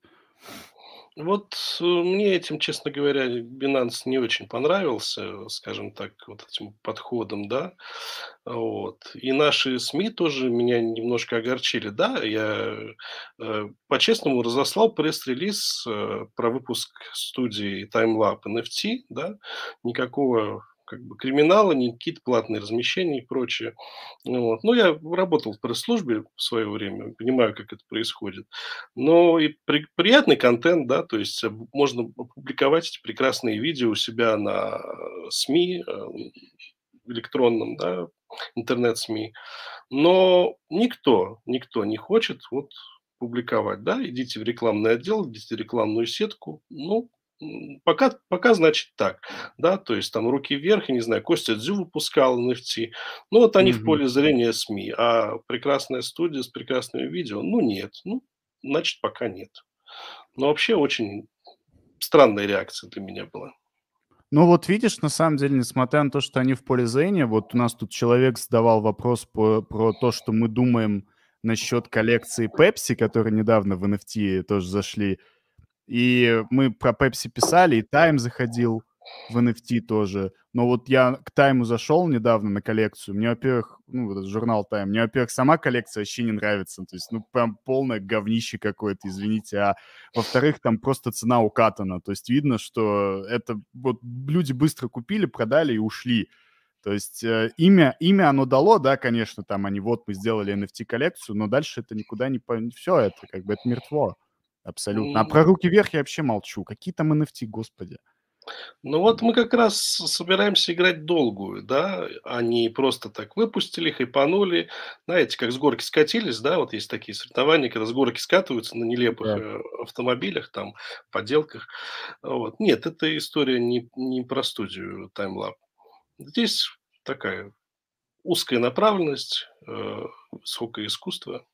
Вот, э, мне этим, честно говоря, Binance не очень понравился, скажем так, вот этим подходом, да. Вот. И наши эс эм и тоже меня немножко огорчили. Да, я, э, по-честному разослал пресс-релиз, э, про выпуск студии TimeLab эн эф ти, да. Никакого как бы криминала, ни какие-то платные размещения и прочее. Ну вот. Ну, я работал в пресс-службе в свое время, понимаю, как это происходит. Но и при приятный контент, да, то есть, э, можно опубликовать эти прекрасные видео у себя на, э, эс эм и, э, электронном, да, интернет-эс эм и. Но никто, никто не хочет вот публиковать, да. Идите в рекламный отдел, идите в рекламную сетку. Ну, м, пока пока, значит, так, да. То есть там руки вверх, я не знаю, Костя Дзю выпускал эн эф ти. Ну, вот они в Мгм. поле зрения эс эм и, а прекрасная студия с прекрасными видео, ну, нет. Ну, значит, пока нет. Но вообще очень странная реакция для меня была. Ну вот видишь, на самом деле, несмотря на то, что они в поле зрения, вот у нас тут человек задавал вопрос по, про то, что мы думаем насчет коллекции Pepsi, которые недавно в эн эф ти тоже зашли. И мы про Pepsi писали, и Time заходил в эн эф ти тоже. Но вот я к Тайму зашел недавно на коллекцию. Мне, во-первых, ну, вот этот журнал Time, мне, во-первых, сама коллекция вообще не нравится. То есть, ну, прям полное говнище какое-то, извините. А во-вторых, там просто цена укатана. То есть видно, что это вот люди быстро купили, продали и ушли. То есть э, имя, имя оно дало, да, конечно, там они, вот мы сделали эн эф ти-коллекцию, но дальше это никуда не... По... Все это, как бы, это мертво. Абсолютно. А про М, руки вверх я вообще молчу. Какие там эн эф ти, господи. Ну вот мы как раз собираемся играть долгую, да, а не просто так выпустили, хайпанули. Знаете, как с горки скатились, да, вот есть такие соревнования, когда с горки скатываются на нелепых Да. э, автомобилях, там, поделках. Вот. Нет, эта история не, не про студию TimeLab. Здесь такая узкая направленность, э, высокое искусство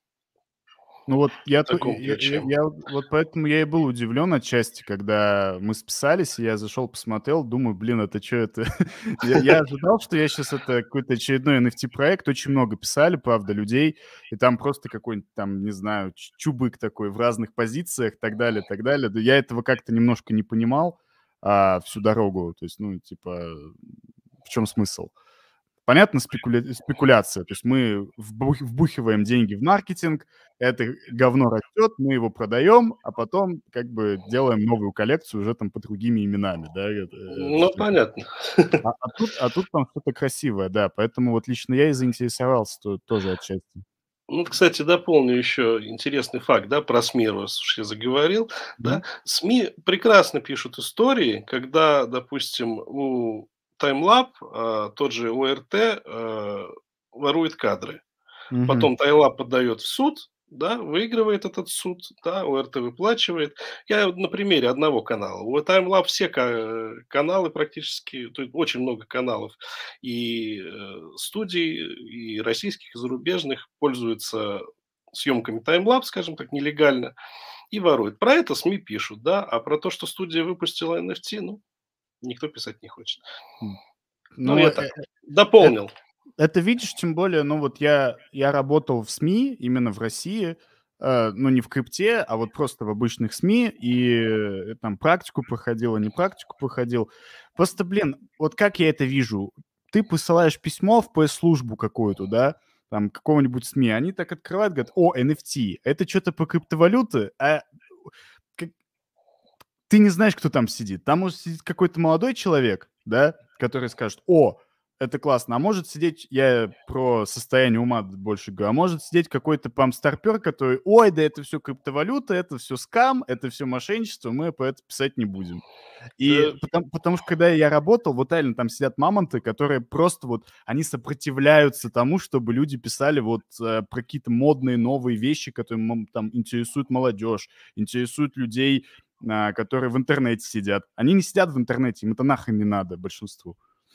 Ну вот я, в то- таком я, я- ключе. я вот поэтому я и был удивлен отчасти, когда мы списались, и я зашел, посмотрел, думаю, блин, это что это? Я, я ожидал, что я сейчас это какой-то очередной эн эф ти-проект, очень много писали, правда, людей, и там просто какой-нибудь там, не знаю, ч- чубык такой в разных позициях, так далее, так далее. Да я этого как-то немножко не понимал а, всю дорогу, то есть, ну, типа, в чем смысл? Понятно, спекуля- спекуляция. То есть мы вбух- вбухиваем деньги в маркетинг, это говно растет, мы его продаем, а потом как бы делаем новую коллекцию уже там под другими именами, да. это, э, Ну, понятно. А, а тут, а тут там что-то красивое, да. Поэтому вот лично я и заинтересовался то- тоже отчасти. Ну, кстати, дополню еще интересный факт, да, про эс эм и, раз уж я заговорил, Мгм. да. эс эм и прекрасно пишут истории, когда, допустим, у TimeLab а, тот же о эр тэ а, ворует кадры. Мгм. Потом Тайлаб подает в суд, да, выигрывает этот суд, да, о эр тэ выплачивает. Я вот на примере одного канала. У TimeLab все ка- каналы практически, то есть очень много каналов и э, студий, и российских, и зарубежных пользуются съемками таймлапс, скажем так, нелегально, и воруют. Про это эс эм и пишут, да, а про то, что студия выпустила эн эф ти, ну, никто писать не хочет. М. Ну, Ну, я э, так, дополнил. Это видишь, тем более, ну вот я, я работал в СМИ именно в России, э, ну, не в крипте, а вот просто в обычных СМИ, и э, там практику проходил, и не практику проходил. Просто, блин, вот как я это вижу? Ты посылаешь письмо в пресс-службу какую-то, да, там, какого-нибудь СМИ, они так открывают, говорят, о, эн эф ти, это что-то по криптовалюте, а как- ты не знаешь, кто там сидит. Там может сидеть какой-то молодой человек, да, который скажет, о, это классно. А может сидеть, я про состояние ума больше говорю, а может сидеть какой-то памп-старпер, который, ой, да это все криптовалюта, это все скам, это все мошенничество, мы по это писать не будем. И Да, потому, потому что когда я работал, вот реально там сидят мамонты, которые просто вот, они сопротивляются тому, чтобы люди писали вот э, про какие-то модные новые вещи, которые м, там интересуют молодежь, интересуют людей, а, которые в интернете сидят. Они не сидят в интернете, им это нахрен не надо, большинству.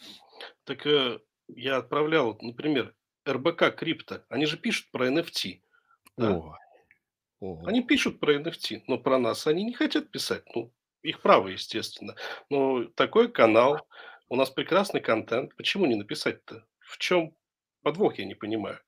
так э, я отправлял, вот, например, эр бэ ка Крипто, они же пишут про эн эф ти, да? О, ого. Они пишут про эн эф ти, но про нас они не хотят писать. Ну, их право, естественно. Но такой канал, у нас прекрасный контент. Почему не написать-то? В чем подвох, я не понимаю.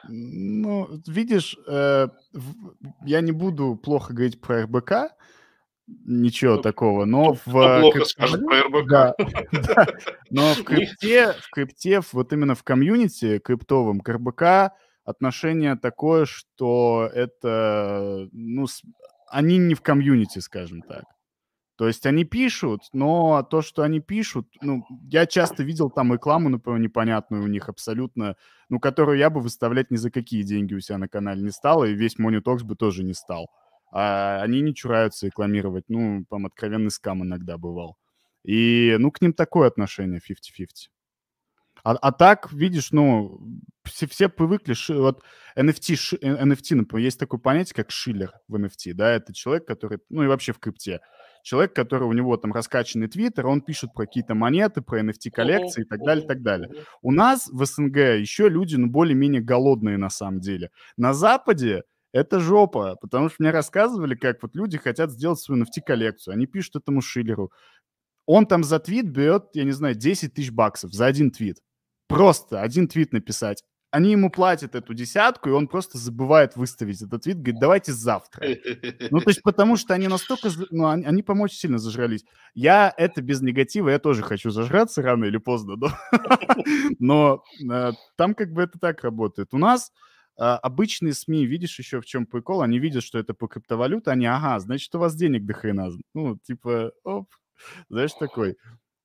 Ну, видишь, э, в- я не буду плохо говорить про эр бэ ка, ничего Ну, такого, но кто, кто в плохо скажет про криптовалюте, эр бэ ка? да, да, но в Не- крипте, в крипте, в- вот именно в комьюнити криптовом к эр бэ ка отношение такое, что это, ну, с- они не в комьюнити, скажем так. То есть они пишут, но то, что они пишут, ну, я часто видел там рекламу, например, непонятную у них абсолютно, ну, которую я бы выставлять ни за какие деньги у себя на канале не стал, и весь Monitox бы тоже не стал. А они не чураются рекламировать, ну, там откровенный скам иногда бывал. И, ну, к ним такое отношение пятьдесят на пятьдесят. А, а так, видишь, ну, все, все привыкли, ши- вот эн эф ти, ши- э, эн эф ти, например, есть такое понятие, как шиллер в эн эф ти, да, это человек, который, ну и вообще в крипте, человек, который у него там раскачанный твиттер, он пишет про какие-то монеты, про эн эф ти-коллекции Мгм, и так далее, и мгм, так далее. мгм. У нас в эс эн гэ еще люди, ну, более-менее голодные на самом деле. На Западе это жопа, потому что мне рассказывали, как вот люди хотят сделать свою эн эф ти-коллекцию, они пишут этому шиллеру, он там за твит берет, я не знаю, десять тысяч баксов за один твит. Просто один твит написать. Они ему платят эту десятку, и он просто забывает выставить этот твит, говорит, давайте завтра. Ну, то есть потому что они настолько, за- ну, они, они, по-моему, очень сильно зажрались. Я это без негатива, я тоже хочу зажраться рано или поздно, но, но э, там как бы это так работает. У нас а, обычные СМИ, видишь еще в чем прикол, они видят, что это по криптовалюте, они, ага, значит, у вас денег до хрена. Ну, типа, оп, знаешь, такой.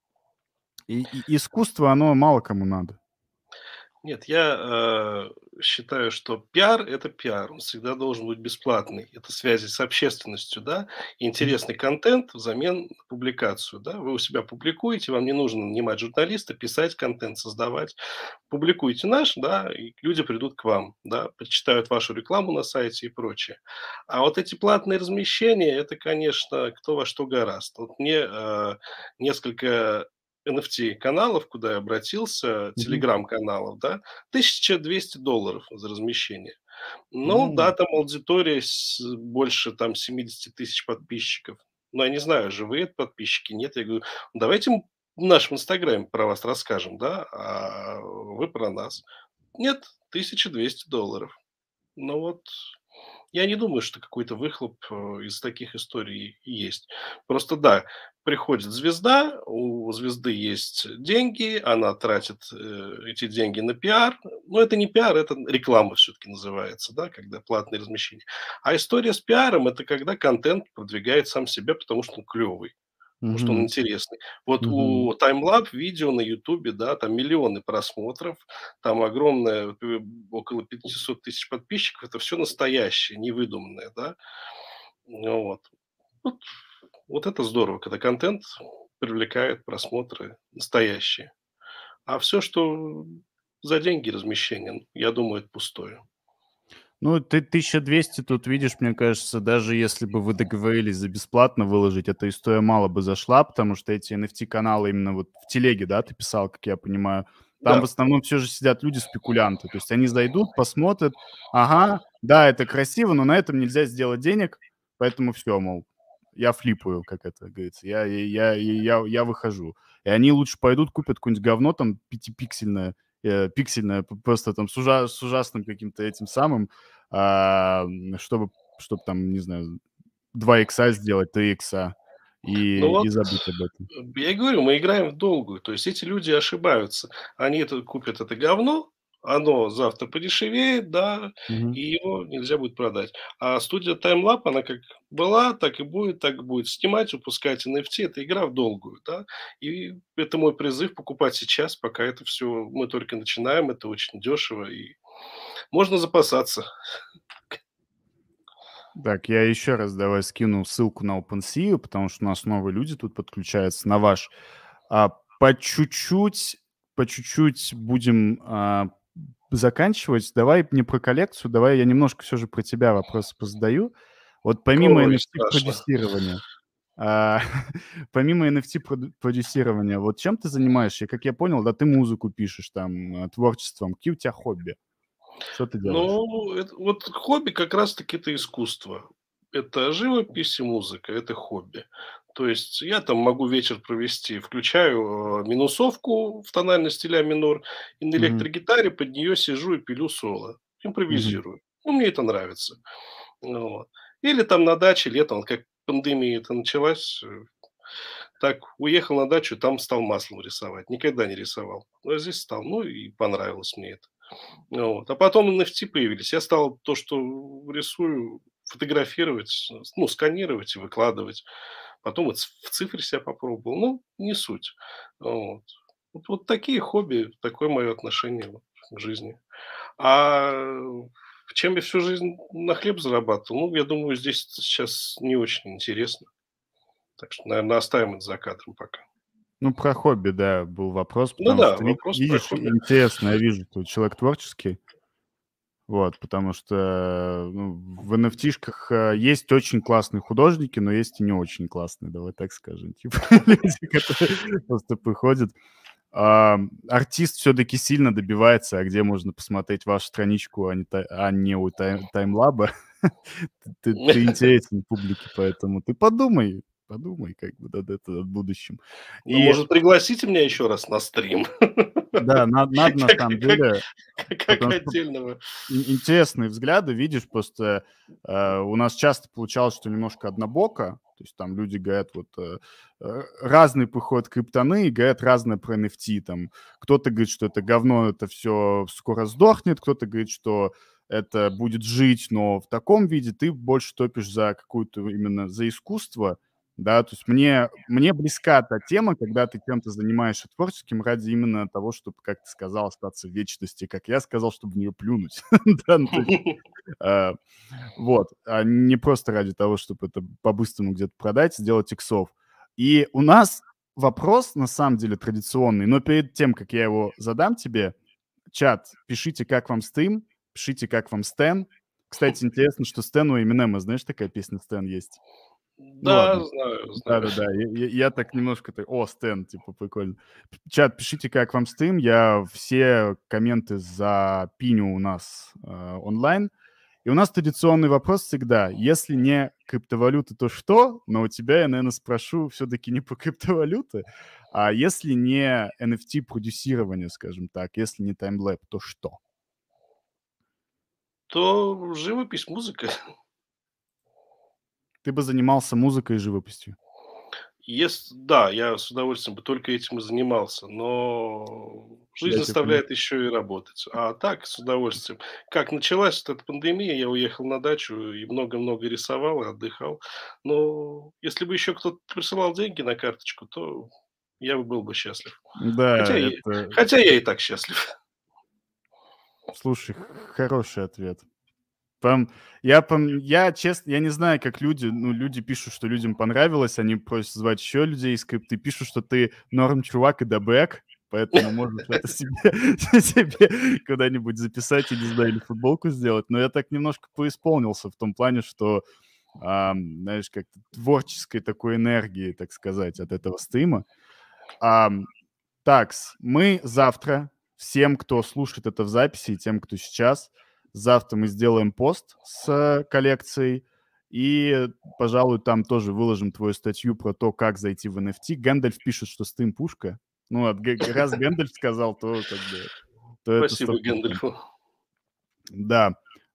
И, и искусство, оно мало кому надо. Нет, я, э, считаю, что пиар- это пиар. Он всегда должен быть бесплатный. Это связи с общественностью, да. Интересный контент взамен на публикацию, да. Вы у себя публикуете, вам не нужно нанимать журналиста, писать контент, создавать. Публикуйте наш, да, и люди придут к вам, да, почитают вашу рекламу на сайте и прочее. А вот эти платные размещения- это, конечно, кто во что гораст. Вот мне, э, несколько эн эф ти-каналов, куда я обратился, Мгм. телеграм-каналов, да, тысяча двести долларов за размещение. Ну да, М. там аудитория с больше там семьдесят тысяч подписчиков. Ну, я не знаю, живые это подписчики, нет. Я говорю: «Ну, давайте м в нашем инстаграме про вас расскажем, да, а вы про нас». Нет, тысяча двести долларов. Ну вот, я не думаю, что какой-то выхлоп, э, из таких историй есть. Просто да, приходит звезда, у звезды есть деньги, она тратит, э, эти деньги на пиар. Но это не пиар, это реклама все-таки называется, да, когда платные размещения. А история с пиаром- это когда контент продвигает сам себя, потому что он клевый. Потому что он Мгм. интересный. Вот Мгм. у таймлаб видео на "Ютубе", да, там миллионы просмотров, там огромное, э, около пятьсот тысяч подписчиков. Это все настоящее, не выдуманное, да. Ну вот. Вот вот это здорово, когда контент привлекает просмотры настоящие. А все, что за деньги размещение, ну, я думаю, это пустое. Ну, ты тысяча двести тут видишь, мне кажется, даже если бы вы договорились за бесплатно выложить, эта история мало бы зашла, потому что эти эн эф ти-каналы именно вот в телеге, да, ты писал, как я понимаю, там в Да. основном все же сидят люди-спекулянты. То есть они зайдут, посмотрят, ага, да, это красиво, но на этом нельзя сделать денег, поэтому все, мол, я флипаю, как это говорится, я, я, я, я, я выхожу. И они лучше пойдут, купят какое-нибудь говно там пятипиксельное, э, пиксельное, п- просто там с, ужа- с ужасным каким-то этим самым, а, чтобы чтобы там, не знаю, два икса сделать, три икса Ну и, вот, и забыть об этом. я и говорю, мы играем в долгую. То есть эти люди ошибаются. Они это купят это говно, оно завтра подешевеет, да, Мгм. и его нельзя будет продать. А студия TimeLab, она как была, так и будет, так и будет снимать, выпускать эн эф ти. Это игра в долгую, да. И это мой призыв покупать сейчас, пока это все мы только начинаем, это очень дешево и можно запасаться. Так, я еще раз давай скину ссылку на OpenSea, потому что у нас новые люди тут подключаются на ваш. А, по чуть-чуть, по чуть-чуть будем а, заканчивать. Давай не про коллекцию, давай я немножко все же про тебя вопросы позадаю. Вот помимо Ой, эн эф страшно. ти-продюсирования, а, помимо эн эф ти-продюсирования, вот чем ты занимаешься? Как я понял, да, ты музыку пишешь там, а, творчеством. Какие у тебя хобби? Что ты делаешь? Ну, это вот хобби как раз-таки это искусство. Это живопись и музыка, это хобби. То есть я там могу вечер провести, включаю э, минусовку в тональности ля минор, и на Мгм, электрогитаре под нее сижу и пилю соло, мгм, импровизирую. Ну, мне это нравится. Ну вот. Или там на даче летом, как пандемия это началась, э, так уехал на дачу, там стал маслом рисовать. Никогда не рисовал. Но здесь стал, ну и понравилось мне это. Ну вот. А потом эн эф ти появились. Я стал то, что рисую, фотографировать, ну, сканировать и выкладывать. Потом и ц- в цифре себя попробовал. Ну, не суть. Вот. Вот, вот такие хобби, такое мое отношение вот к жизни. А чем я всю жизнь на хлеб зарабатывал, ну, я думаю, здесь сейчас не очень интересно. Так что, наверное, оставим это за кадром пока. ну, про хобби, да, был вопрос, Ну потому да, что, ви вопрос про видишь, хобби. интересно, я вижу, ты человек творческий, вот, потому что, ну, в эф ти-шках, э, есть очень классные художники, но есть и не очень классные, давай так скажем. Типа люди, которые просто приходят. Ам, артист все-таки сильно добивается, а где можно посмотреть вашу страничку, а не та а не у тай таймлаба. Ты ты ты интересен публике, поэтому ты подумай, подумай как бы над это над будущим. Ну, И может, пригласите меня еще раз на стрим? да, над надо на Как самом как деле, как как потому что отдельного. ин интересные взгляды, видишь, просто, э, у нас часто получалось, что немножко однобоко. То есть там люди говорят вот, э, э, разные приходят криптоны и говорят разное про эн эф ти. Там кто-то говорит, что это говно, это все скоро сдохнет, кто-то говорит, что это будет жить, но в таком виде. Ты больше топишь за какую-то именно за искусство, да. То есть мне мне близка та тема, когда ты чем-то занимаешься творческим ради именно того, чтобы, как ты сказал, остаться в вечности, как я сказал, чтобы в нее плюнуть. Да, ну, то есть, а, вот, а не просто ради того, чтобы это по-быстрому где-то продать, сделать иксов. И у нас вопрос, на самом деле, традиционный, но перед тем, как я его задам тебе, чат, пишите, как вам стрим, пишите, как вам Стэн. Кстати, интересно, что Стэн у Эминема, знаешь, такая песня "Стэн" есть? Ну Да, ладно. знаю, знаю. Да-да-да, я я я так немножко так: "О, Стэн", типа, прикольно. П чат, пишите, как вам стрим. Я все комменты запиню у нас, а, онлайн. И у нас традиционный вопрос всегда: если не криптовалюта, то что? Но у тебя я, наверно, спрошу все-таки не про криптовалюты, а если не эн эф ти-продюсирование, скажем так, если не таймлэп, то что? То живопись, музыка. Ты бы занимался музыкой и живописью. Ес да, я с удовольствием бы только этим и занимался, но жизнь Я тебя понимаю. заставляет еще и работать. А так, с удовольствием. Как началась вот эта пандемия, я уехал на дачу и много-много рисовал и отдыхал. Но если бы еще кто-то присылал деньги на карточку, то я бы был бы счастлив. Да, Хотя и это, хотя я и так счастлив. слушай, х хороший ответ. Там я пом я честно, я не знаю, как люди, ну, люди пишут, что людям понравилось, они просят звать еще людей из крипты, пишут, что ты норм чувак и добэк, поэтому можешь это себе себе куда-нибудь записать, я не знаю, или футболку сделать. Но я так немножко преисполнился в том плане, что, ам, знаешь, как-то творческой такой энергии, так сказать, от этого стрима. Ам, такс, мы завтра всем, кто слушает это в записи, и тем, кто сейчас, завтра мы сделаем пост с э, коллекцией, и, пожалуй, там тоже выложим твою статью про то, как зайти в эн эф ти. Гэндальф пишет, что Steam пушка. Ну, вот, г- г- раз Гэндальф сказал, то как бы, то это сто Спасибо процентов. Гэндальфу. Да.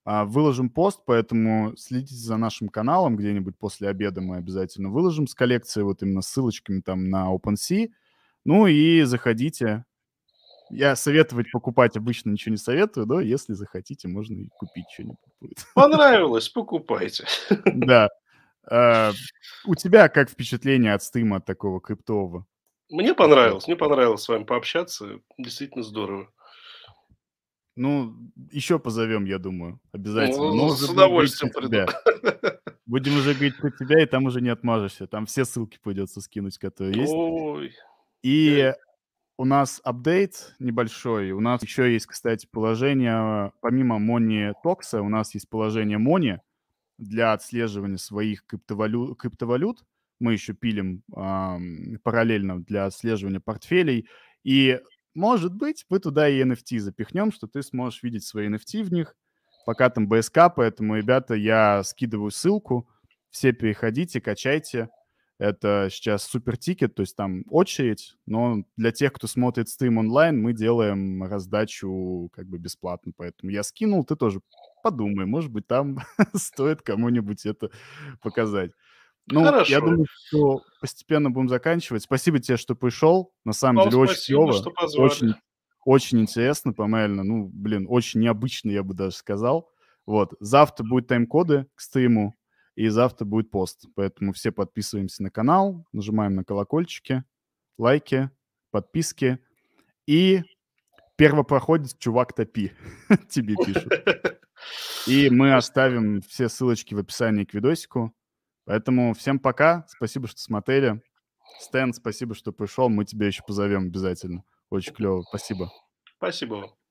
А, выложим пост, поэтому следите за нашим каналом. Где-нибудь после обеда мы обязательно выложим с коллекцией, вот именно с ссылочками там на OpenSea. Ну и заходите. Я советовать покупать обычно ничего не советую, но если захотите, можно и купить что-нибудь будет. Понравилось, покупайте. Да. А, у тебя как впечатление от стрима такого криптового? Мне Такое. понравилось, мне понравилось с вами пообщаться. Действительно здорово. Ну, еще позовем, я думаю, обязательно. Но Ну, уже с будем говорить про удовольствием приду. тебя. Будем уже говорить про тебя, и там уже не отмажешься. Там все ссылки придется скинуть, которые есть. Ой, я И у нас апдейт небольшой. У нас еще есть, кстати, положение, помимо Money Talks, у нас есть положение Money для отслеживания своих криптовалю- криптовалют. Мы еще пилим ам, параллельно для отслеживания портфелей. И, может быть, мы туда и эн эф ти запихнем, что ты сможешь видеть свои эн эф ти в них. Пока там би эс кей, поэтому, ребята, я скидываю ссылку. Все переходите, качайте. Это сейчас супер тикет, то есть там очередь, но для тех, кто смотрит стрим онлайн, мы делаем раздачу как бы бесплатно. Поэтому я скинул, ты тоже подумай, может быть, там стоит кому-нибудь это показать. Ну, я Хорошо. думаю, что постепенно будем заканчивать. Спасибо тебе, что пришел. На самом Вам деле очень спасибо, клево, что позвали. очень, очень интересно, помально. Ну, блин, очень необычно, я бы даже сказал. Вот. Завтра будут тайм-коды к стриму, и завтра будет пост. Поэтому все подписываемся на канал, нажимаем на колокольчики, лайки, подписки. И первопроходец чувак топи тебе пишут. И мы Спасибо. оставим все ссылочки в описании к видосику. Поэтому всем пока. Спасибо, что смотрели. Стэн, спасибо, что пришел. Мы тебя еще позовем обязательно. Очень клево. Спасибо. Спасибо вам.